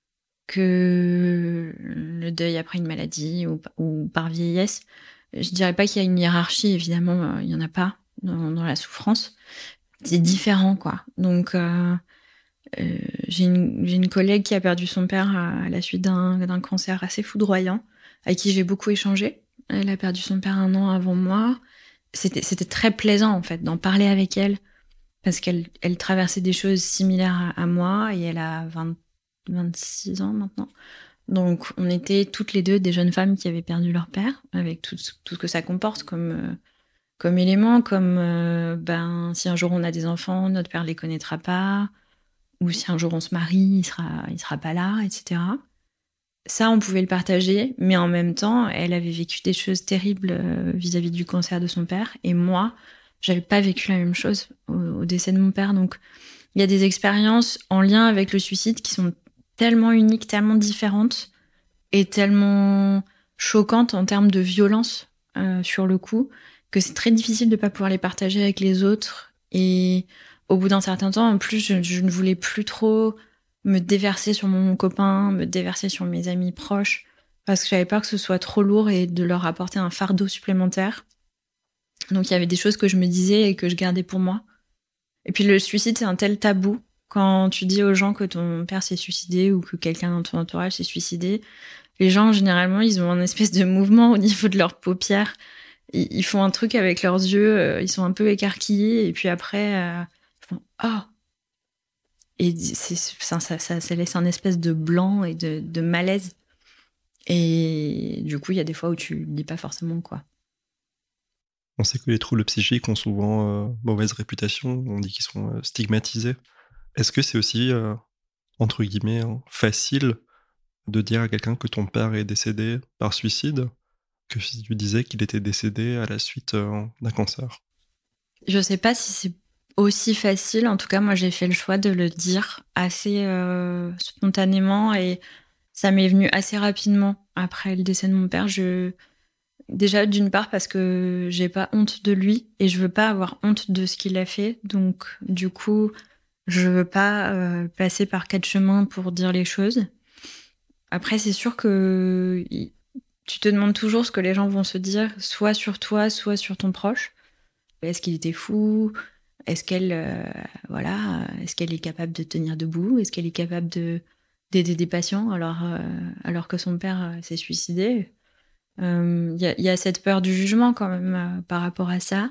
que le deuil après une maladie ou, ou par vieillesse. Je dirais pas qu'il y a une hiérarchie, évidemment, il y en a pas dans, dans la souffrance. C'est différent, quoi. Donc, euh, euh, j'ai, une, j'ai une collègue qui a perdu son père à, à la suite d'un, d'un cancer assez foudroyant, avec qui j'ai beaucoup échangé. Elle a perdu son père un an avant moi. C'était, c'était très plaisant, en fait, d'en parler avec elle, parce qu'elle elle traversait des choses similaires à, à moi, et elle a vingt, vingt-six ans maintenant. Donc, on était toutes les deux des jeunes femmes qui avaient perdu leur père, avec tout, tout ce que ça comporte comme, euh, comme élément, comme euh, ben, si un jour on a des enfants, notre père les connaîtra pas, ou si un jour on se marie, il sera, il sera pas là, et cetera. Ça, on pouvait le partager, mais en même temps, elle avait vécu des choses terribles euh, vis-à-vis du cancer de son père, et moi, j'avais pas vécu la même chose au, au décès de mon père. Donc, il y a des expériences en lien avec le suicide qui sont tellement uniques, tellement différentes, et tellement choquantes en termes de violence euh, sur le coup, que c'est très difficile de pas pouvoir les partager avec les autres. Et au bout d'un certain temps, en plus, je, je ne voulais plus trop me déverser sur mon copain, me déverser sur mes amis proches, parce que j'avais peur que ce soit trop lourd et de leur apporter un fardeau supplémentaire. Donc il y avait des choses que je me disais et que je gardais pour moi. Et puis le suicide, c'est un tel tabou. Quand tu dis aux gens que ton père s'est suicidé ou que quelqu'un dans ton entourage s'est suicidé, les gens, généralement, ils ont un espèce de mouvement au niveau de leurs paupières. Ils font un truc avec leurs yeux, ils sont un peu écarquillés, et puis après, euh, ils font « Oh !» Et c'est, ça, ça, ça, ça laisse un espèce de blanc et de, de malaise. Et du coup, il y a des fois où tu ne dis pas forcément quoi. On sait que les troubles psychiques ont souvent euh, mauvaise réputation, on dit qu'ils sont euh, stigmatisés. Est-ce que c'est aussi, euh, entre guillemets, hein, facile de dire à quelqu'un que ton père est décédé par suicide, que si tu disais qu'il était décédé à la suite euh, d'un cancer? Je sais pas si c'est aussi facile. En tout cas, moi, j'ai fait le choix de le dire assez euh, spontanément, et ça m'est venu assez rapidement après le décès de mon père. Je... Déjà, d'une part, parce que j'ai pas honte de lui et je veux pas avoir honte de ce qu'il a fait. Donc, du coup, je veux pas euh, passer par quatre chemins pour dire les choses. Après, c'est sûr que tu te demandes toujours ce que les gens vont se dire, soit sur toi, soit sur ton proche. Est-ce qu'il était fou ? Est-ce qu'elle, euh, voilà, est-ce qu'elle est capable de tenir debout ? Est-ce qu'elle est capable de, d'aider des patients alors, euh, alors que son père euh, s'est suicidé ? Il euh, y, y a cette peur du jugement quand même euh, par rapport à ça.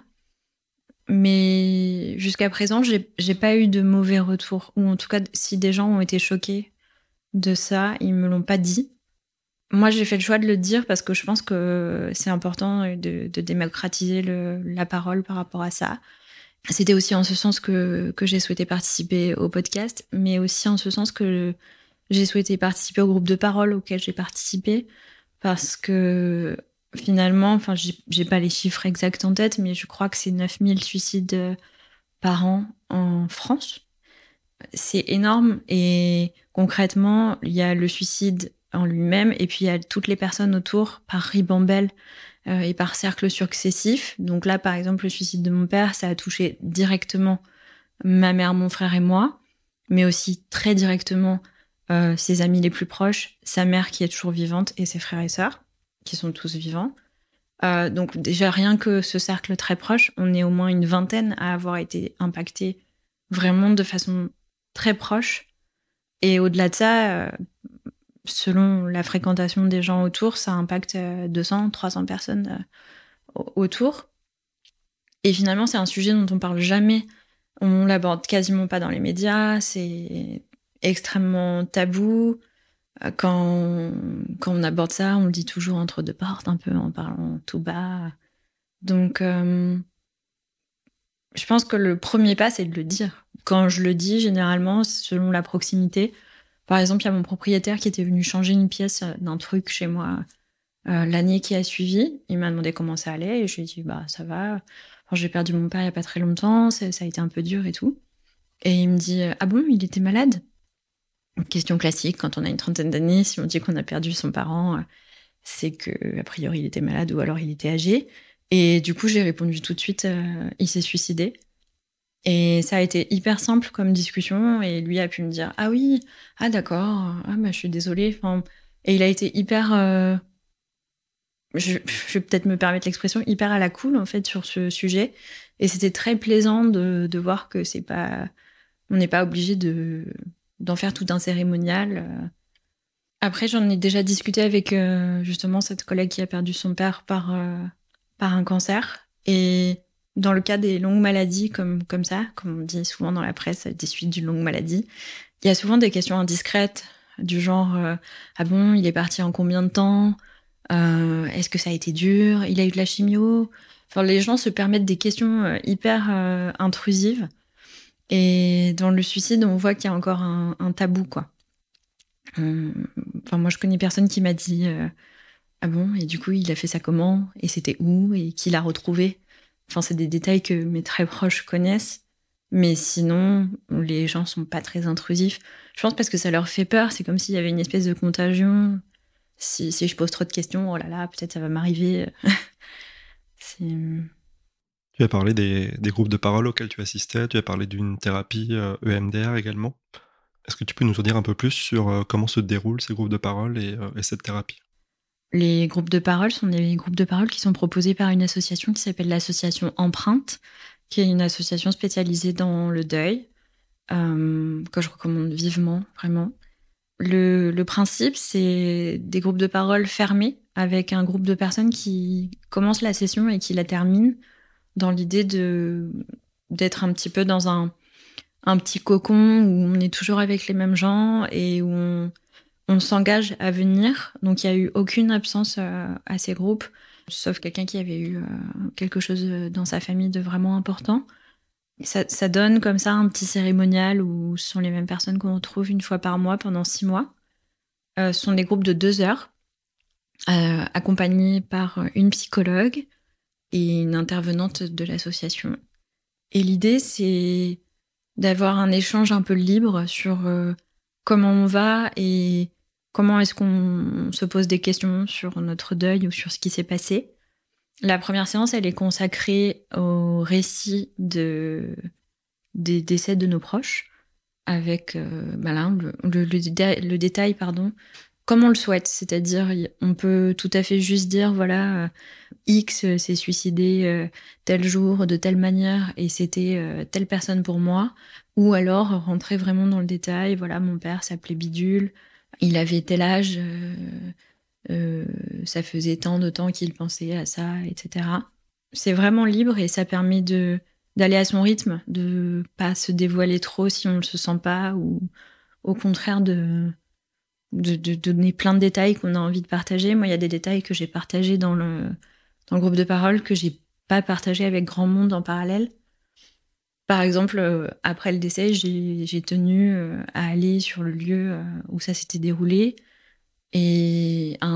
Mais jusqu'à présent, j'ai, j'ai pas eu de mauvais retours. Ou en tout cas, si des gens ont été choqués de ça, ils me l'ont pas dit. Moi, j'ai fait le choix de le dire parce que je pense que c'est important de, de démocratiser le, la parole par rapport à ça. C'était aussi en ce sens que, que j'ai souhaité participer au podcast, mais aussi en ce sens que j'ai souhaité participer au groupe de parole auquel j'ai participé, parce que finalement, enfin, j'ai, j'ai pas les chiffres exacts en tête, mais je crois que c'est neuf mille suicides par an en France. C'est énorme et concrètement, il y a le suicide en lui-même et puis il y a toutes les personnes autour par ribambelle euh, et par cercle successif. Donc là, par exemple, le suicide de mon père, ça a touché directement ma mère, mon frère et moi, mais aussi très directement euh, ses amis les plus proches, sa mère qui est toujours vivante et ses frères et sœurs qui sont tous vivants. Euh, donc déjà, rien que ce cercle très proche, on est au moins une vingtaine à avoir été impactés vraiment de façon très proche. Et au-delà de ça, euh, selon la fréquentation des gens autour, ça impacte euh, deux cents, trois cents personnes euh, autour. Et finalement, c'est un sujet dont on parle jamais. On l'aborde quasiment pas dans les médias. C'est extrêmement tabou. Quand, quand on aborde ça, on le dit toujours entre deux portes, un peu en parlant tout bas. Donc, euh, je pense que le premier pas, c'est de le dire. Quand je le dis, généralement, selon la proximité. Par exemple, il y a mon propriétaire qui était venu changer une pièce d'un truc chez moi euh, l'année qui a suivi. Il m'a demandé comment ça allait et je lui ai dit, bah, ça va. Enfin, j'ai perdu mon père il n'y a pas très longtemps, ça, ça a été un peu dur et tout. Et il me dit, ah bon, il était malade? Question classique, quand on a une trentaine d'années, si on dit qu'on a perdu son parent, c'est que a priori il était malade ou alors il était âgé. Et du coup, j'ai répondu tout de suite, euh, il s'est suicidé. Et ça a été hyper simple comme discussion. Et lui a pu me dire, ah oui, ah d'accord, ah bah je suis désolée. Enfin, et il a été hyper, euh, je, je vais peut-être me permettre l'expression, hyper à la cool en fait sur ce sujet. Et c'était très plaisant de, de voir que c'est pas, on n'est pas obligé de d'en faire tout un cérémonial. Après, j'en ai déjà discuté avec euh, justement cette collègue qui a perdu son père par, euh, par un cancer. Et dans le cas des longues maladies comme, comme ça, comme on dit souvent dans la presse, des suites d'une longue maladie, il y a souvent des questions indiscrètes du genre euh, ah bon, il est parti en combien de temps? Euh, est-ce que ça a été dur? Il a eu de la chimio? Enfin, les gens se permettent des questions euh, hyper euh, intrusives. Et dans le suicide, on voit qu'il y a encore un, un tabou, quoi. Enfin, moi, je connais personne qui m'a dit euh, ah bon, et du coup, il a fait ça comment? Et c'était où? Et qui l'a retrouvé? Enfin, c'est des détails que mes très proches connaissent. Mais sinon, les gens sont pas très intrusifs. Je pense parce que ça leur fait peur. C'est comme s'il y avait une espèce de contagion. Si, si je pose trop de questions, oh là là, peut-être ça va m'arriver. c'est... Tu as parlé des, des groupes de parole auxquels tu assistais, tu as parlé d'une thérapie euh, E M D R également. Est-ce que tu peux nous en dire un peu plus sur euh, comment se déroulent ces groupes de parole et, euh, et cette thérapie? Les groupes de parole sont des groupes de parole qui sont proposés par une association qui s'appelle l'association Empreinte, qui est une association spécialisée dans le deuil, euh, que je recommande vivement, vraiment. Le, le principe, c'est des groupes de parole fermés avec un groupe de personnes qui commencent la session et qui la terminent dans l'idée de, d'être un petit peu dans un, un petit cocon où on est toujours avec les mêmes gens et où on, on s'engage à venir. Donc, il n'y a eu aucune absence euh, à ces groupes, sauf quelqu'un qui avait eu euh, quelque chose dans sa famille de vraiment important. Ça, ça donne comme ça un petit cérémonial où ce sont les mêmes personnes qu'on retrouve une fois par mois pendant six mois. Euh, ce sont des groupes de deux heures, euh, accompagnés par une psychologue et une intervenante de l'association. Et l'idée, c'est d'avoir un échange un peu libre sur euh, comment on va et comment est-ce qu'on se pose des questions sur notre deuil ou sur ce qui s'est passé. La première séance, elle est consacrée au récit de, des décès de nos proches, avec euh, bah là, le, le, le, détail, le détail, pardon, comme on le souhaite. C'est-à-dire, on peut tout à fait juste dire, voilà, euh, X s'est suicidé euh, tel jour, de telle manière, et c'était euh, telle personne pour moi. Ou alors rentrer vraiment dans le détail, voilà, mon père s'appelait Bidule, il avait tel âge... Euh, Euh, ça faisait tant de temps qu'il pensait à ça, et cetera. C'est vraiment libre et ça permet de, d'aller à son rythme, de pas se dévoiler trop si on ne se sent pas, ou au contraire de, de, de donner plein de détails qu'on a envie de partager. Moi, il y a des détails que j'ai partagés dans le, dans le groupe de parole que j'ai pas partagé avec grand monde en parallèle. Par exemple, euh, après le décès, j'ai, j'ai tenu euh, à aller sur le lieu euh, où ça s'était déroulé, et à,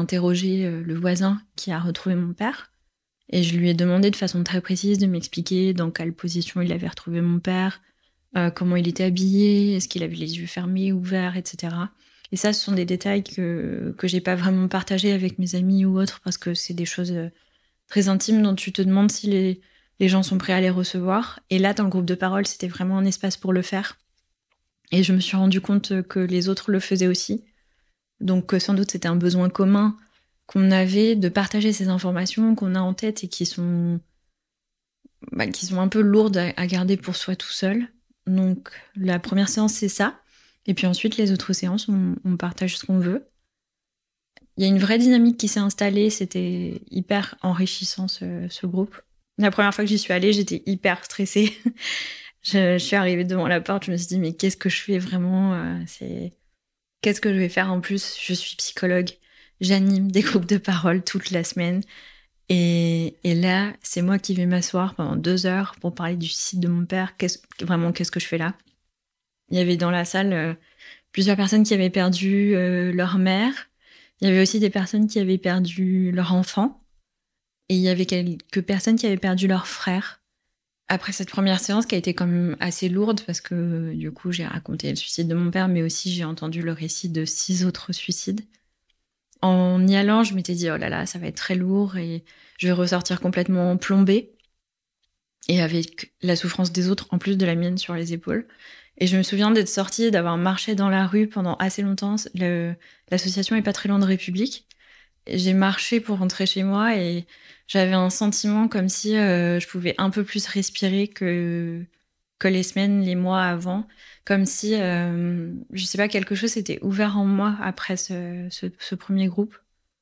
interrogé euh, le voisin qui a retrouvé mon père. Et je lui ai demandé de façon très précise de m'expliquer dans quelle position il avait retrouvé mon père, euh, comment il était habillé, est-ce qu'il avait les yeux fermés, ouverts, et cetera. Et ça, ce sont des détails que, que j'ai pas vraiment partagés avec mes amis ou autres, parce que c'est des choses euh, très intimes dont tu te demandes si les, les gens sont prêts à les recevoir. Et là, dans le groupe de parole, c'était vraiment un espace pour le faire. Et je me suis rendu compte que les autres le faisaient aussi. Donc sans doute c'était un besoin commun qu'on avait de partager ces informations qu'on a en tête et qui sont, bah, qui sont un peu lourdes à, à garder pour soi tout seul. Donc la première séance, c'est ça. Et puis ensuite, les autres séances, on, on partage ce qu'on veut. Il y a une vraie dynamique qui s'est installée. C'était hyper enrichissant, ce, ce groupe. La première fois que j'y suis allée, j'étais hyper stressée. je, je suis arrivée devant la porte, je me suis dit, mais qu'est-ce que je fais vraiment euh, c'est... Qu'est-ce que je vais faire en plus ? Je suis psychologue. J'anime des groupes de parole toute la semaine. Et, et là, c'est moi qui vais m'asseoir pendant deux heures pour parler du suicide de mon père. Qu'est-ce, vraiment, qu'est-ce que je fais là ? Il y avait dans la salle euh, plusieurs personnes qui avaient perdu euh, leur mère. Il y avait aussi des personnes qui avaient perdu leur enfant. Et il y avait quelques personnes qui avaient perdu leur frère. Après cette première séance qui a été quand même assez lourde parce que du coup j'ai raconté le suicide de mon père, mais aussi j'ai entendu le récit de six autres suicides. En y allant, je m'étais dit oh là là, ça va être très lourd et je vais ressortir complètement plombée et avec la souffrance des autres en plus de la mienne sur les épaules. Et je me souviens d'être sortie et d'avoir marché dans la rue pendant assez longtemps. Le, l'association est pas très loin de République. J'ai marché pour rentrer chez moi et j'avais un sentiment comme si euh, je pouvais un peu plus respirer que, que les semaines, les mois avant. Comme si, euh, je sais pas, quelque chose s'était ouvert en moi après ce, ce, ce premier groupe.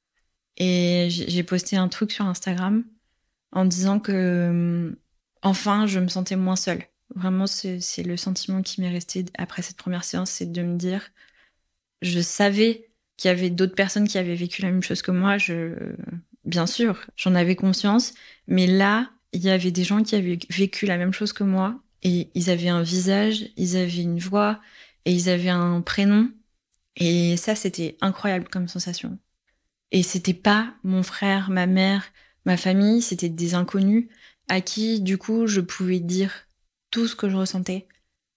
Et j'ai posté un truc sur Instagram en disant que, euh, enfin, je me sentais moins seule. Vraiment, c'est, c'est le sentiment qui m'est resté après cette première séance, c'est de me dire, je savais qu'il y avait d'autres personnes qui avaient vécu la même chose que moi, je... bien sûr, j'en avais conscience, mais là, il y avait des gens qui avaient vécu la même chose que moi, et ils avaient un visage, ils avaient une voix, et ils avaient un prénom, et ça, c'était incroyable comme sensation. Et c'était pas mon frère, ma mère, ma famille, c'était des inconnus à qui, du coup, je pouvais dire tout ce que je ressentais,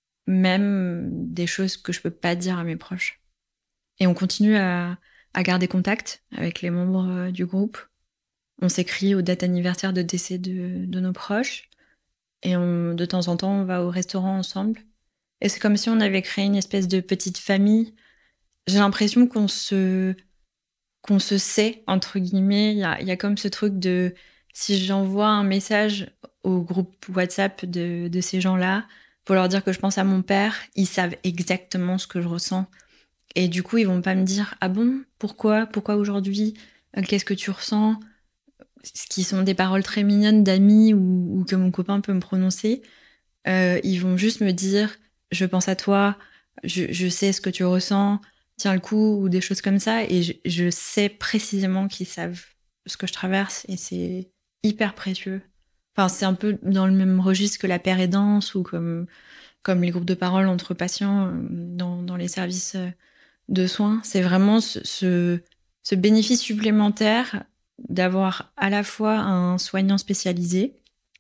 même des choses que je peux pas dire à mes proches. Et on continue à, à garder contact avec les membres du groupe. On s'écrit aux dates anniversaires de décès de, de nos proches. Et on, de temps en temps, on va au restaurant ensemble. Et c'est comme si on avait créé une espèce de petite famille. J'ai l'impression qu'on se, qu'on se sait, entre guillemets. Il y a, il y a comme ce truc de... Si j'envoie un message au groupe WhatsApp de, de ces gens-là pour leur dire que je pense à mon père, ils savent exactement ce que je ressens. Et du coup, ils vont pas me dire « Ah bon ? Pourquoi ? Pourquoi aujourd'hui ? Qu'est-ce que tu ressens ?» Ce qui sont des paroles très mignonnes d'amis ou, ou que mon copain peut me prononcer. Euh, ils vont juste me dire « Je pense à toi, je, je sais ce que tu ressens, tiens le coup » ou des choses comme ça. Et je, je sais précisément qu'ils savent ce que je traverse et c'est hyper précieux. Enfin, c'est un peu dans le même registre que la paire aidance ou comme, comme les groupes de parole entre patients dans, dans les services de soins. C'est vraiment ce, ce, ce bénéfice supplémentaire d'avoir à la fois un soignant spécialisé,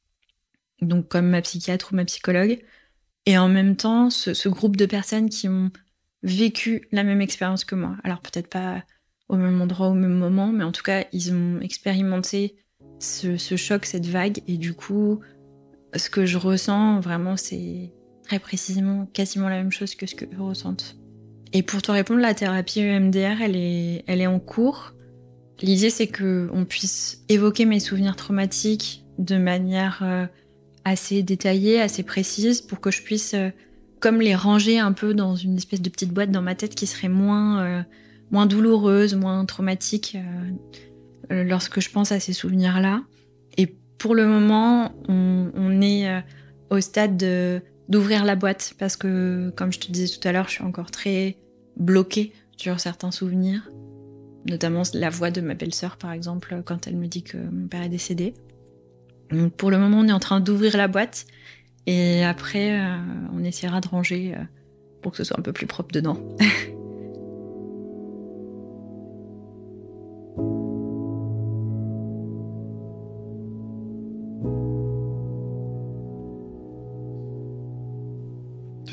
donc comme ma psychiatre ou ma psychologue, et en même temps ce, ce groupe de personnes qui ont vécu la même expérience que moi. Alors peut-être pas au même endroit, au même moment, mais en tout cas, ils ont expérimenté ce, ce choc, cette vague, et du coup, ce que je ressens, vraiment, c'est très précisément quasiment la même chose que ce que eux ressentent. Et pour te répondre, la thérapie E M D R, elle est, elle est en cours. L'idée, c'est qu'on puisse évoquer mes souvenirs traumatiques de manière euh, assez détaillée, assez précise, pour que je puisse euh, comme les ranger un peu dans une espèce de petite boîte dans ma tête qui serait moins, euh, moins douloureuse, moins traumatique euh, lorsque je pense à ces souvenirs-là. Et pour le moment, on, on est euh, au stade de, d'ouvrir la boîte parce que, comme je te disais tout à l'heure, je suis encore très bloquée sur certains souvenirs, notamment la voix de ma belle-sœur, par exemple, quand elle me dit que mon père est décédé. Donc pour le moment, on est en train d'ouvrir la boîte et après, euh, on essaiera de ranger euh, pour que ce soit un peu plus propre dedans.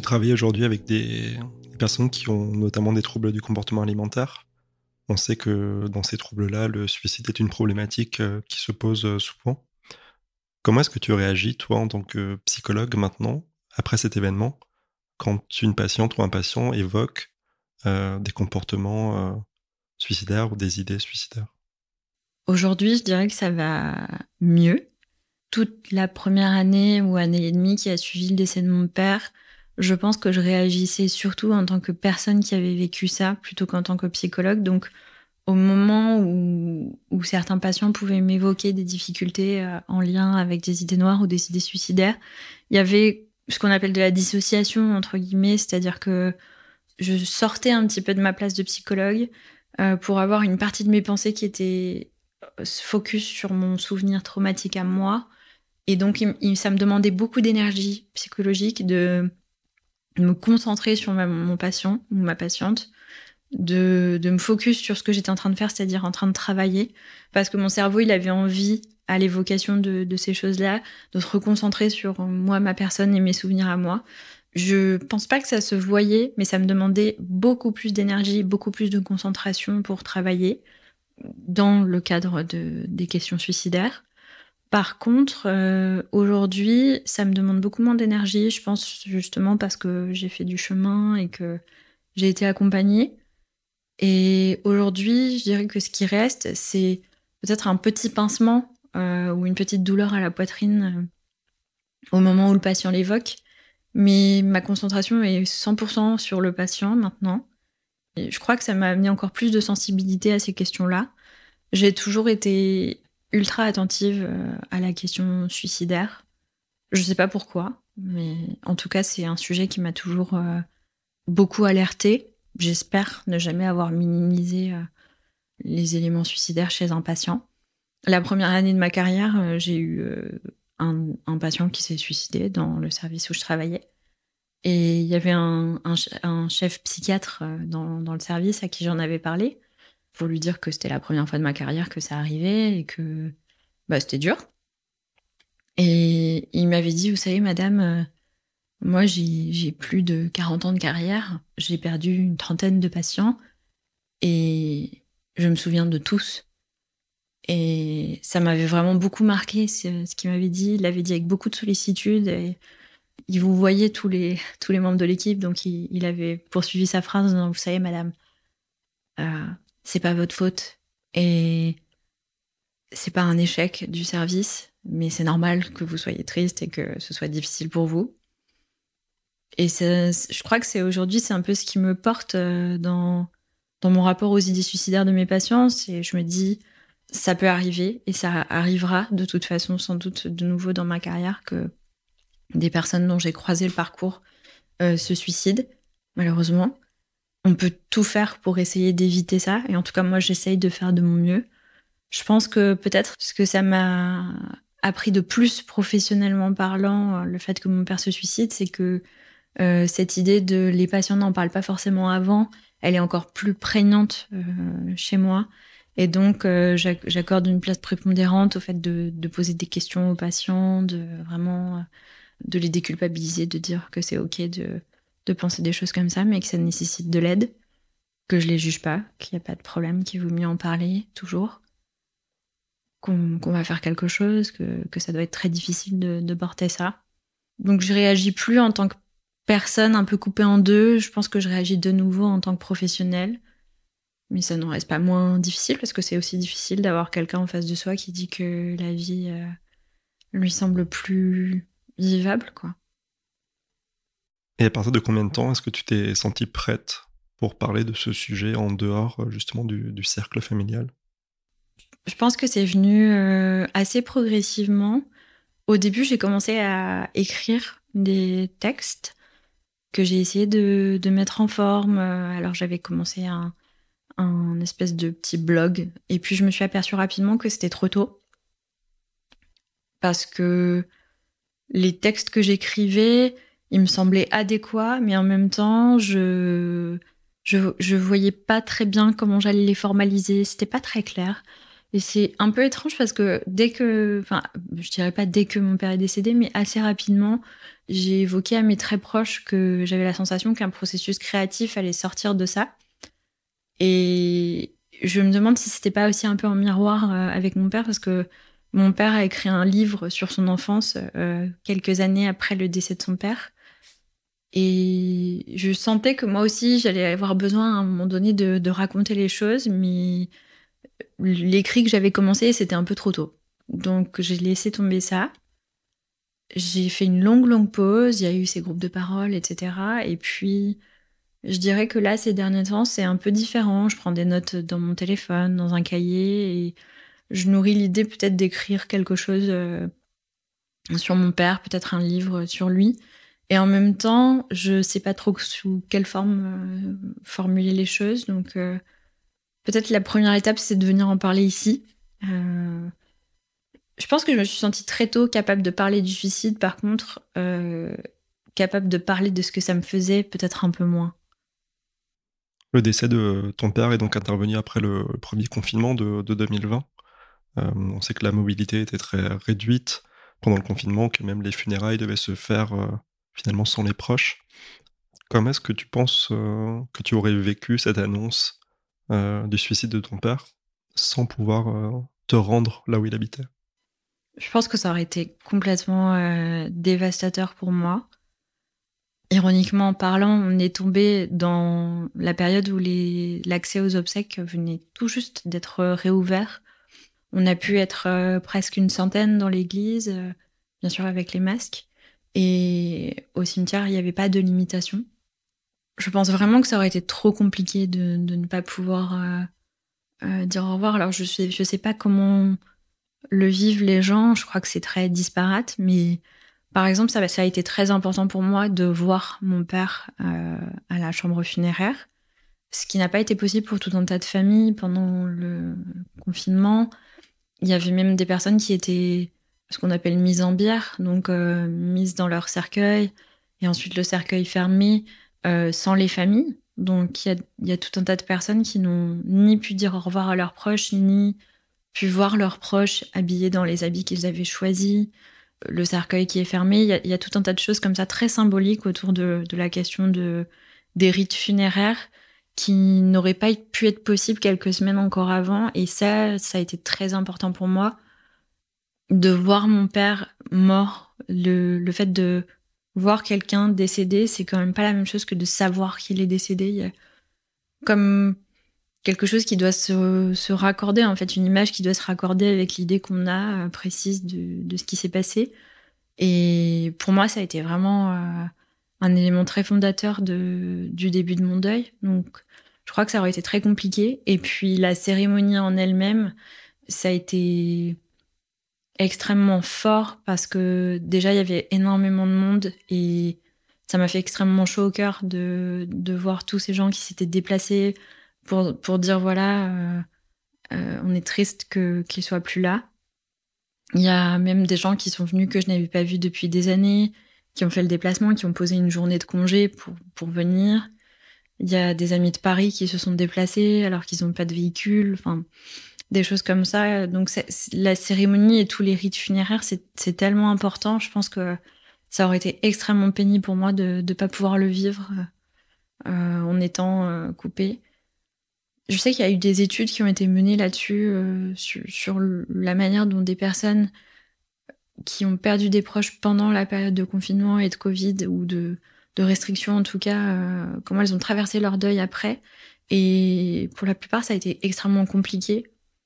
travaillez aujourd'hui avec des, des personnes qui ont notamment des troubles du comportement alimentaire. On sait que dans ces troubles-là, le suicide est une problématique euh, qui se pose euh, souvent. Comment est-ce que tu réagis, toi, en tant que psychologue maintenant, après cet événement, quand une patiente ou un patient évoque euh, des comportements euh, suicidaires ou des idées suicidaires? Aujourd'hui, je dirais que ça va mieux. Toute la première année ou année et demie qui a suivi le décès de mon père, je pense que je réagissais surtout en tant que personne qui avait vécu ça plutôt qu'en tant que psychologue. Donc, au moment où, où certains patients pouvaient m'évoquer des difficultés euh, en lien avec des idées noires ou des idées suicidaires, il y avait ce qu'on appelle de la dissociation, entre guillemets, c'est-à-dire que je sortais un petit peu de ma place de psychologue euh, pour avoir une partie de mes pensées qui était focus sur mon souvenir traumatique à moi. Et donc, il, il, ça me demandait beaucoup d'énergie psychologique de me concentrer sur ma, mon patient ou ma patiente, de, de me focus sur ce que j'étais en train de faire, c'est-à-dire en train de travailler, parce que mon cerveau, il avait envie, à l'évocation de, de ces choses-là, de se reconcentrer sur moi, ma personne et mes souvenirs à moi. Je pense pas que ça se voyait, mais ça me demandait beaucoup plus d'énergie, beaucoup plus de concentration pour travailler dans le cadre de, des questions suicidaires. Par contre, euh, aujourd'hui, ça me demande beaucoup moins d'énergie, je pense justement parce que j'ai fait du chemin et que j'ai été accompagnée. Et aujourd'hui, je dirais que ce qui reste, c'est peut-être un petit pincement euh, ou une petite douleur à la poitrine euh, au moment où le patient l'évoque. Mais ma concentration est cent pour cent sur le patient maintenant. Et je crois que ça m'a amené encore plus de sensibilité à ces questions-là. J'ai toujours été ultra attentive euh, à la question suicidaire. Je sais pas pourquoi, mais en tout cas, c'est un sujet qui m'a toujours euh, beaucoup alertée. J'espère ne jamais avoir minimisé euh, les éléments suicidaires chez un patient. La première année de ma carrière, euh, j'ai eu euh, un, un patient qui s'est suicidé dans le service où je travaillais. Et il y avait un, un, un chef psychiatre euh, dans, dans le service à qui j'en avais parlé, pour lui dire que c'était la première fois de ma carrière que ça arrivait et que bah, c'était dur. Et il m'avait dit, vous savez, madame, euh, moi, j'ai, j'ai plus de quarante ans de carrière, j'ai perdu une trentaine de patients et je me souviens de tous. Et ça m'avait vraiment beaucoup marqué, ce, ce qu'il m'avait dit. Il l'avait dit avec beaucoup de sollicitude et il vous voyait tous les, tous les membres de l'équipe, donc il, il avait poursuivi sa phrase en disant, vous savez, madame, euh, c'est pas votre faute et c'est pas un échec du service, mais c'est normal que vous soyez triste et que ce soit difficile pour vous. Et c'est, je crois que c'est aujourd'hui, c'est un peu ce qui me porte dans, dans mon rapport aux idées suicidaires de mes patients. Et je me dis, ça peut arriver et ça arrivera de toute façon, sans doute de nouveau dans ma carrière, que des personnes dont j'ai croisé le parcours euh, se suicident, malheureusement. On peut tout faire pour essayer d'éviter ça. Et en tout cas, moi, j'essaye de faire de mon mieux. Je pense que peut-être ce que ça m'a appris de plus professionnellement parlant, le fait que mon père se suicide, c'est que euh, cette idée de les patients n'en parlent pas forcément avant, elle est encore plus prégnante euh, chez moi. Et donc, euh, j'accorde une place prépondérante au fait de, de poser des questions aux patients, de vraiment de les déculpabiliser, de dire que c'est OK de, de penser des choses comme ça, mais que ça nécessite de l'aide, que je les juge pas, qu'il n'y a pas de problème, qu'il vaut mieux en parler toujours. Qu'on, qu'on va faire quelque chose, que, que ça doit être très difficile de, de porter ça. Donc je réagis plus en tant que personne un peu coupée en deux, je pense que je réagis de nouveau en tant que professionnelle, mais ça n'en reste pas moins difficile, parce que c'est aussi difficile d'avoir quelqu'un en face de soi qui dit que la vie euh, lui semble plus vivable, quoi. Et à partir de combien de temps est-ce que tu t'es sentie prête pour parler de ce sujet en dehors justement du, du cercle familial ? Je pense que c'est venu euh, assez progressivement. Au début, j'ai commencé à écrire des textes que j'ai essayé de, de mettre en forme. Alors, j'avais commencé un, un espèce de petit blog. Et puis, je me suis aperçue rapidement que c'était trop tôt. Parce que les textes que j'écrivais, ils me semblaient adéquats, mais en même temps, je, je, je voyais pas très bien comment j'allais les formaliser. C'était pas très clair. Et c'est un peu étrange parce que dès que, enfin, je dirais pas dès que mon père est décédé, mais assez rapidement, j'ai évoqué à mes très proches que j'avais la sensation qu'un processus créatif allait sortir de ça. Et je me demande si c'était pas aussi un peu en miroir euh, avec mon père, parce que mon père a écrit un livre sur son enfance euh, quelques années après le décès de son père. Et je sentais que moi aussi, j'allais avoir besoin à un moment donné de, de raconter les choses, mais l'écrit que j'avais commencé, c'était un peu trop tôt. Donc j'ai laissé tomber ça. J'ai fait une longue, longue pause. Il y a eu ces groupes de parole, et cetera. Et puis, je dirais que là, ces derniers temps, c'est un peu différent. Je prends des notes dans mon téléphone, dans un cahier, et je nourris l'idée peut-être d'écrire quelque chose euh, sur mon père, peut-être un livre sur lui. Et en même temps, je sais pas trop sous quelle forme euh, formuler les choses. Donc, euh, peut-être la première étape, c'est de venir en parler ici. Euh, je pense que je me suis sentie très tôt capable de parler du suicide. Par contre, euh, capable de parler de ce que ça me faisait, peut-être un peu moins. Le décès de ton père est donc intervenu après le premier confinement de, de deux mille vingt. Euh, on sait que la mobilité était très réduite pendant le confinement, que même les funérailles devaient se faire euh, finalement sans les proches. Comment est-ce que tu penses euh, que tu aurais vécu cette annonce euh, du suicide de ton père sans pouvoir euh, te rendre là où il habitait? Je pense que ça aurait été complètement euh, dévastateur pour moi. Ironiquement parlant, on est tombé dans la période où les... l'accès aux obsèques venait tout juste d'être réouvert. On a pu être euh, presque une centaine dans l'église, euh, bien sûr avec les masques. Et au cimetière, il n'y avait pas de limitation. Je pense vraiment que ça aurait été trop compliqué de, de ne pas pouvoir euh, euh, dire au revoir. Alors je sais, je sais pas comment le vivent les gens. Je crois que c'est très disparate, mais par exemple, ça, ça a été très important pour moi de voir mon père euh, à la chambre funéraire, ce qui n'a pas été possible pour tout un tas de familles pendant le confinement. Il y avait même des personnes qui étaient ce qu'on appelle mises en bière, donc euh, mises dans leur cercueil, et ensuite le cercueil fermé euh, sans les familles. Donc il y a, il y a tout un tas de personnes qui n'ont ni pu dire au revoir à leurs proches, ni pu voir leurs proches habillés dans les habits qu'ils avaient choisis, le cercueil qui est fermé. Il y a, il y a tout un tas de choses comme ça très symboliques autour de, de la question de, des rites funéraires qui n'auraient pas pu être possibles quelques semaines encore avant. Et ça, ça a été très important pour moi de voir mon père mort. Le, le fait de voir quelqu'un décédé, c'est quand même pas la même chose que de savoir qu'il est décédé. Il y a comme quelque chose qui doit se, se raccorder, en fait, une image qui doit se raccorder avec l'idée qu'on a euh, précise de, de ce qui s'est passé. Et pour moi, ça a été vraiment euh, un élément très fondateur de, du début de mon deuil. Donc, je crois que ça aurait été très compliqué. Et puis, la cérémonie en elle-même, ça a été extrêmement fort parce que déjà, il y avait énormément de monde et ça m'a fait extrêmement chaud au cœur de, de voir tous ces gens qui s'étaient déplacés pour, pour dire voilà, euh, euh, on est triste que, qu'il soit plus là. Il y a même des gens qui sont venus que je n'avais pas vus depuis des années, qui ont fait le déplacement, qui ont posé une journée de congé pour, pour venir. Il y a des amis de Paris qui se sont déplacés alors qu'ils n'ont pas de véhicule, enfin, des choses comme ça. Donc c'est, c'est- la cérémonie et tous les rites funéraires, c'est, c'est tellement important. Je pense que ça aurait été extrêmement pénible pour moi de ne pas pouvoir le vivre euh, en étant euh, coupée. Je sais qu'il y a eu des études qui ont été menées là-dessus, euh, sur, sur la manière dont des personnes qui ont perdu des proches pendant la période de confinement et de Covid ou de, de restrictions en tout cas, euh, comment elles ont traversé leur deuil après. Et pour la plupart, ça a été extrêmement compliqué.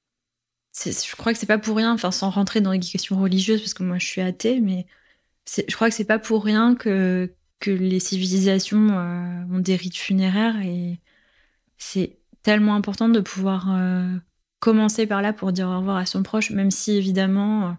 C'est, je crois que c'est pas pour rien, enfin sans rentrer dans les questions religieuses, parce que moi je suis athée, mais c'est, je crois que c'est pas pour rien que, que les civilisations euh, ont des rites funéraires et c'est tellement important de pouvoir euh, commencer par là pour dire au revoir à son proche, même si évidemment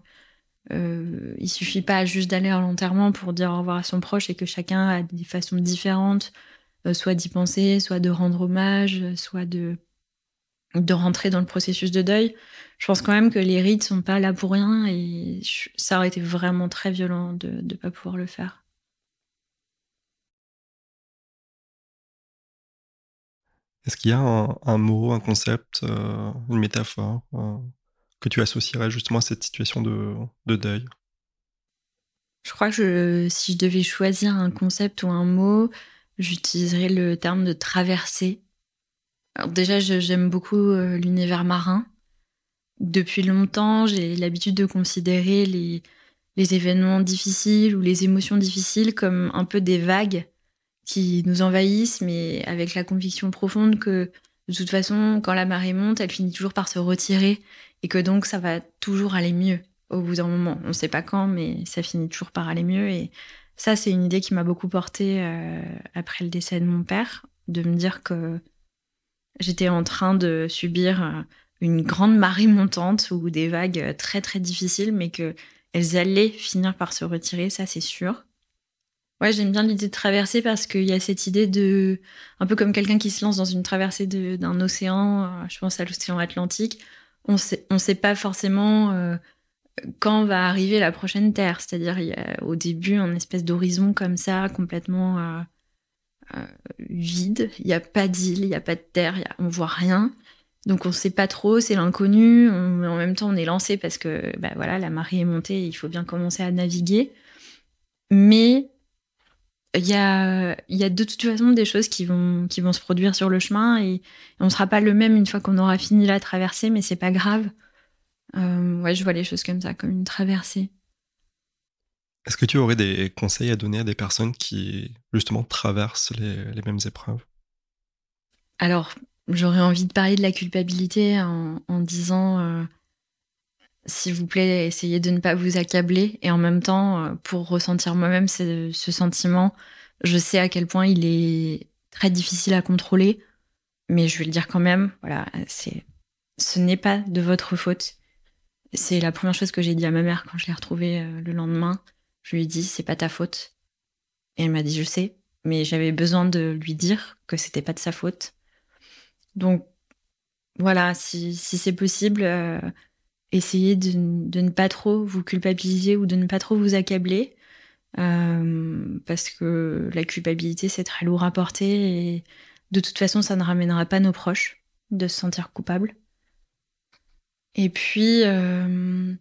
euh, il suffit pas juste d'aller à l'enterrement pour dire au revoir à son proche et que chacun a des façons différentes, euh, soit d'y penser, soit de rendre hommage, soit de, de rentrer dans le processus de deuil. Je pense quand même que les rites sont pas là pour rien et je- ça aurait été vraiment très violent de ne pas pouvoir le faire. Est-ce qu'il y a un, un mot, un concept, euh, une métaphore, euh, que tu associerais justement à cette situation de, de deuil? Je crois que je, si je devais choisir un concept ou un mot, j'utiliserais le terme de traversée. Alors déjà, je, j'aime beaucoup euh, l'univers marin. Depuis longtemps, j'ai l'habitude de considérer les, les événements difficiles ou les émotions difficiles comme un peu des vagues qui nous envahissent, mais avec la conviction profonde que de toute façon, quand la marée monte, elle finit toujours par se retirer et que donc ça va toujours aller mieux au bout d'un moment. On ne sait pas quand, mais ça finit toujours par aller mieux. Et ça, c'est une idée qui m'a beaucoup portée euh, après le décès de mon père, de me dire que j'étais en train de subir euh, une grande marée montante ou des vagues très très difficiles, mais qu'elles allaient finir par se retirer, ça c'est sûr. Ouais, j'aime bien l'idée de traverser parce qu'il y a cette idée de... Un peu comme quelqu'un qui se lance dans une traversée de, d'un océan, euh, je pense à l'océan Atlantique, on sait, on sait pas forcément euh, quand va arriver la prochaine terre. C'est-à-dire, il y a au début une espèce d'horizon comme ça, complètement euh, euh, vide. Il n'y a pas d'île, il n'y a pas de terre, il y a, on voit rien. Donc on sait pas trop, c'est l'inconnu. On, en même temps, on est lancé parce que bah, voilà, la marée est montée, et il faut bien commencer à naviguer. Mais il y a, il y a de toute façon des choses qui vont, qui vont se produire sur le chemin et, et on ne sera pas le même une fois qu'on aura fini la traversée, mais c'est pas grave. Euh, ouais, je vois les choses comme ça, comme une traversée. Est-ce que tu aurais des conseils à donner à des personnes qui, justement, traversent les, les mêmes épreuves? Alors, j'aurais envie de parler de la culpabilité en, en disant, euh, s'il vous plaît, essayez de ne pas vous accabler. Et en même temps, euh, pour ressentir moi-même ce, ce sentiment, je sais à quel point il est très difficile à contrôler. Mais je vais le dire quand même, voilà, c'est, ce n'est pas de votre faute. C'est la première chose que j'ai dit à ma mère quand je l'ai retrouvée euh, le lendemain. Je lui ai dit, c'est pas ta faute. Et elle m'a dit, je sais, mais j'avais besoin de lui dire que c'était pas de sa faute. Donc, voilà, si, si c'est possible, euh, essayez de, de ne pas trop vous culpabiliser ou de ne pas trop vous accabler. Euh, parce que la culpabilité, c'est très lourd à porter et de toute façon, ça ne ramènera pas nos proches de se sentir coupables. Et puis, euh,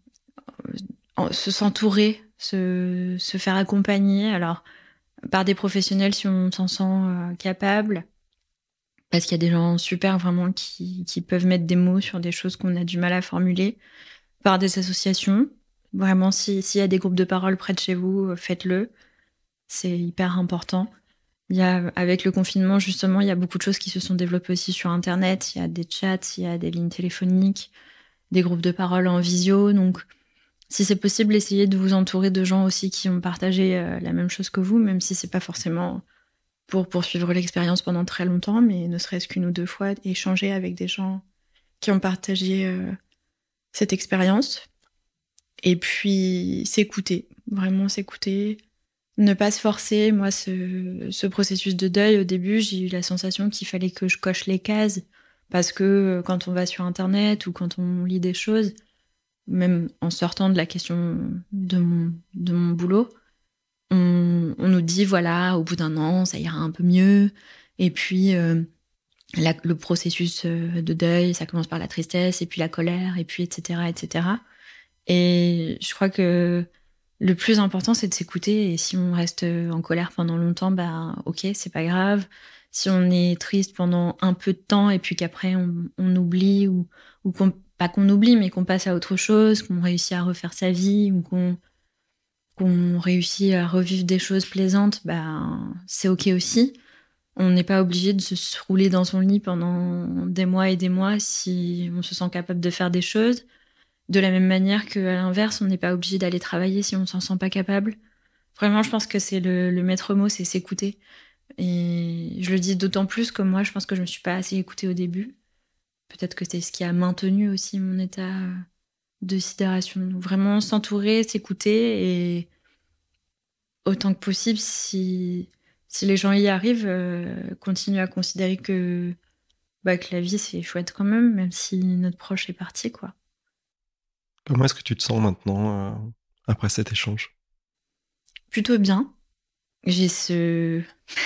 se s'entourer, se, se faire accompagner, alors par des professionnels si on s'en sent euh, capable, parce qu'il y a des gens super vraiment qui, qui peuvent mettre des mots sur des choses qu'on a du mal à formuler, par des associations. Vraiment, si, s'il y a des groupes de parole près de chez vous, faites-le. C'est hyper important. Il y a, avec le confinement, justement, il y a beaucoup de choses qui se sont développées aussi sur Internet. Il y a des chats, il y a des lignes téléphoniques, des groupes de parole en visio. Donc, si c'est possible, essayez de vous entourer de gens aussi qui ont partagé euh, la même chose que vous, même si c'est pas forcément pour poursuivre l'expérience pendant très longtemps, mais ne serait-ce qu'une ou deux fois, échanger avec des gens qui ont partagé euh, cette expérience. Et puis, s'écouter, vraiment s'écouter. Ne pas se forcer. Moi, ce, ce processus de deuil, au début, j'ai eu la sensation qu'il fallait que je coche les cases. Parce que quand on va sur Internet ou quand on lit des choses, même en sortant de la question de mon, de mon boulot, on, on nous dit, voilà, au bout d'un an, ça ira un peu mieux. Et puis, euh, la, le processus de deuil, ça commence par la tristesse, et puis la colère, et puis et cetera, et cetera. Et je crois que le plus important, c'est de s'écouter. Et si on reste en colère pendant longtemps, bah ok, c'est pas grave. Si on est triste pendant un peu de temps et puis qu'après on, on oublie ou, ou qu'on, pas qu'on oublie, mais qu'on passe à autre chose, qu'on réussit à refaire sa vie ou qu'on, qu'on réussit à revivre des choses plaisantes, bah c'est ok aussi. On n'est pas obligé de se rouler dans son lit pendant des mois et des mois si on se sent capable de faire des choses. De la même manière qu'à l'inverse, on n'est pas obligé d'aller travailler si on s'en sent pas capable. Vraiment, je pense que c'est le, le maître mot, c'est s'écouter. Et je le dis d'autant plus que moi, je pense que je me suis pas assez écoutée au début. Peut-être que c'est ce qui a maintenu aussi mon état de sidération. Vraiment s'entourer, s'écouter et autant que possible, si, si les gens y arrivent, euh, continuer à considérer que, bah, que la vie c'est chouette quand même, même si notre proche est parti, quoi. Comment est-ce que tu te sens maintenant, euh, après cet échange? Plutôt bien. J'ai ce...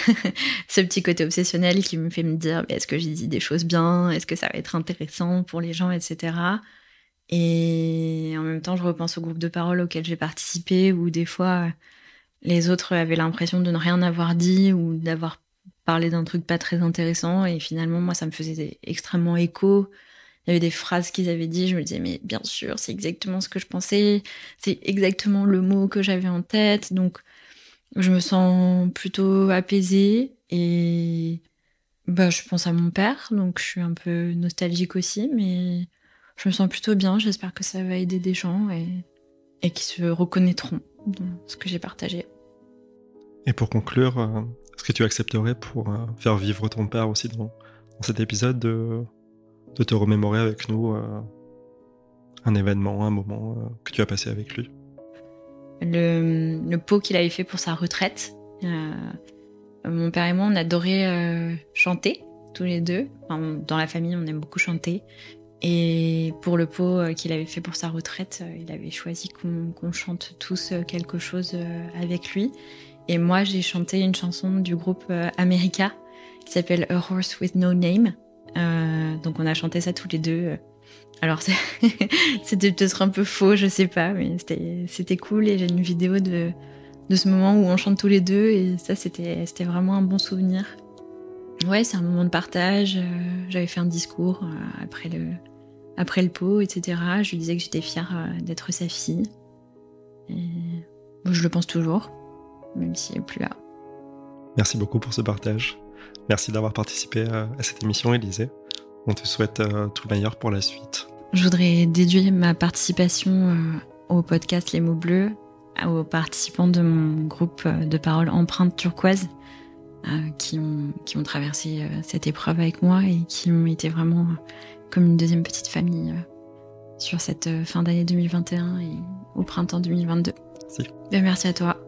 ce petit côté obsessionnel qui me fait me dire est-ce que j'ai dit des choses bien, est-ce que ça va être intéressant pour les gens, et cetera. Et en même temps, je repense au groupe de parole auquel j'ai participé, où des fois, les autres avaient l'impression de ne rien avoir dit ou d'avoir parlé d'un truc pas très intéressant. Et finalement, moi, ça me faisait extrêmement écho. Il y avait des phrases qu'ils avaient dit, je me disais, mais bien sûr, c'est exactement ce que je pensais, c'est exactement le mot que j'avais en tête. Donc, je me sens plutôt apaisée et bah, je pense à mon père, donc je suis un peu nostalgique aussi, mais je me sens plutôt bien. J'espère que ça va aider des gens et, et qu'ils se reconnaîtront dans ce que j'ai partagé. Et pour conclure, euh, est-ce que tu accepterais pour euh, faire vivre ton père aussi dans, dans cet épisode de, de te remémorer avec nous euh, un événement, un moment euh, que tu as passé avec lui? Le, le pot qu'il avait fait pour sa retraite. Euh, mon père et moi, on adorait euh, chanter, tous les deux. Enfin, dans la famille, on aime beaucoup chanter. Et pour le pot qu'il avait fait pour sa retraite, il avait choisi qu'on, qu'on chante tous quelque chose avec lui. Et moi, j'ai chanté une chanson du groupe America qui s'appelle A Horse with No Name. Euh, donc on a chanté ça tous les deux. Alors c'est c'était peut-être un peu faux, je sais pas, mais c'était, c'était cool. Et j'ai une vidéo de, de ce moment où on chante tous les deux. Et ça, c'était, c'était vraiment un bon souvenir. Ouais, c'est un moment de partage. J'avais fait un discours après le, après le pot, et cetera. Je lui disais que j'étais fière d'être sa fille. Et bon, je le pense toujours, même s'il n'est plus là. Merci beaucoup pour ce partage. Merci d'avoir participé à cette émission, Élisée. On te souhaite tout le meilleur pour la suite. Je voudrais dédier ma participation au podcast Les Mots Bleus aux participants de mon groupe de parole Empreinte Turquoise. Euh, qui, ont, qui ont traversé euh, cette épreuve avec moi et qui ont été vraiment euh, comme une deuxième petite famille euh, sur cette euh, fin d'année deux mille vingt et un et au printemps deux mille vingt-deux. Merci. Ben, merci à toi.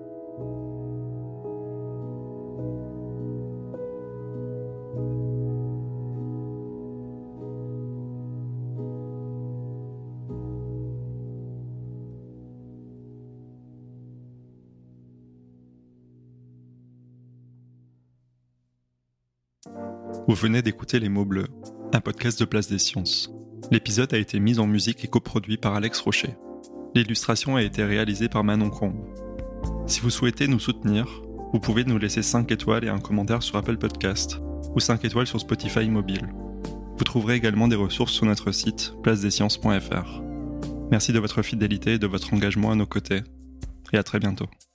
Vous venez d'écouter Les Mots Bleus, un podcast de Place des Sciences. L'épisode a été mis en musique et coproduit par Alex Rocher. L'illustration a été réalisée par Manon Combe. Si vous souhaitez nous soutenir, vous pouvez nous laisser cinq étoiles et un commentaire sur Apple Podcast ou cinq étoiles sur Spotify mobile. Vous trouverez également des ressources sur notre site place des sciences point f r. Merci de votre fidélité et de votre engagement à nos côtés, et à très bientôt.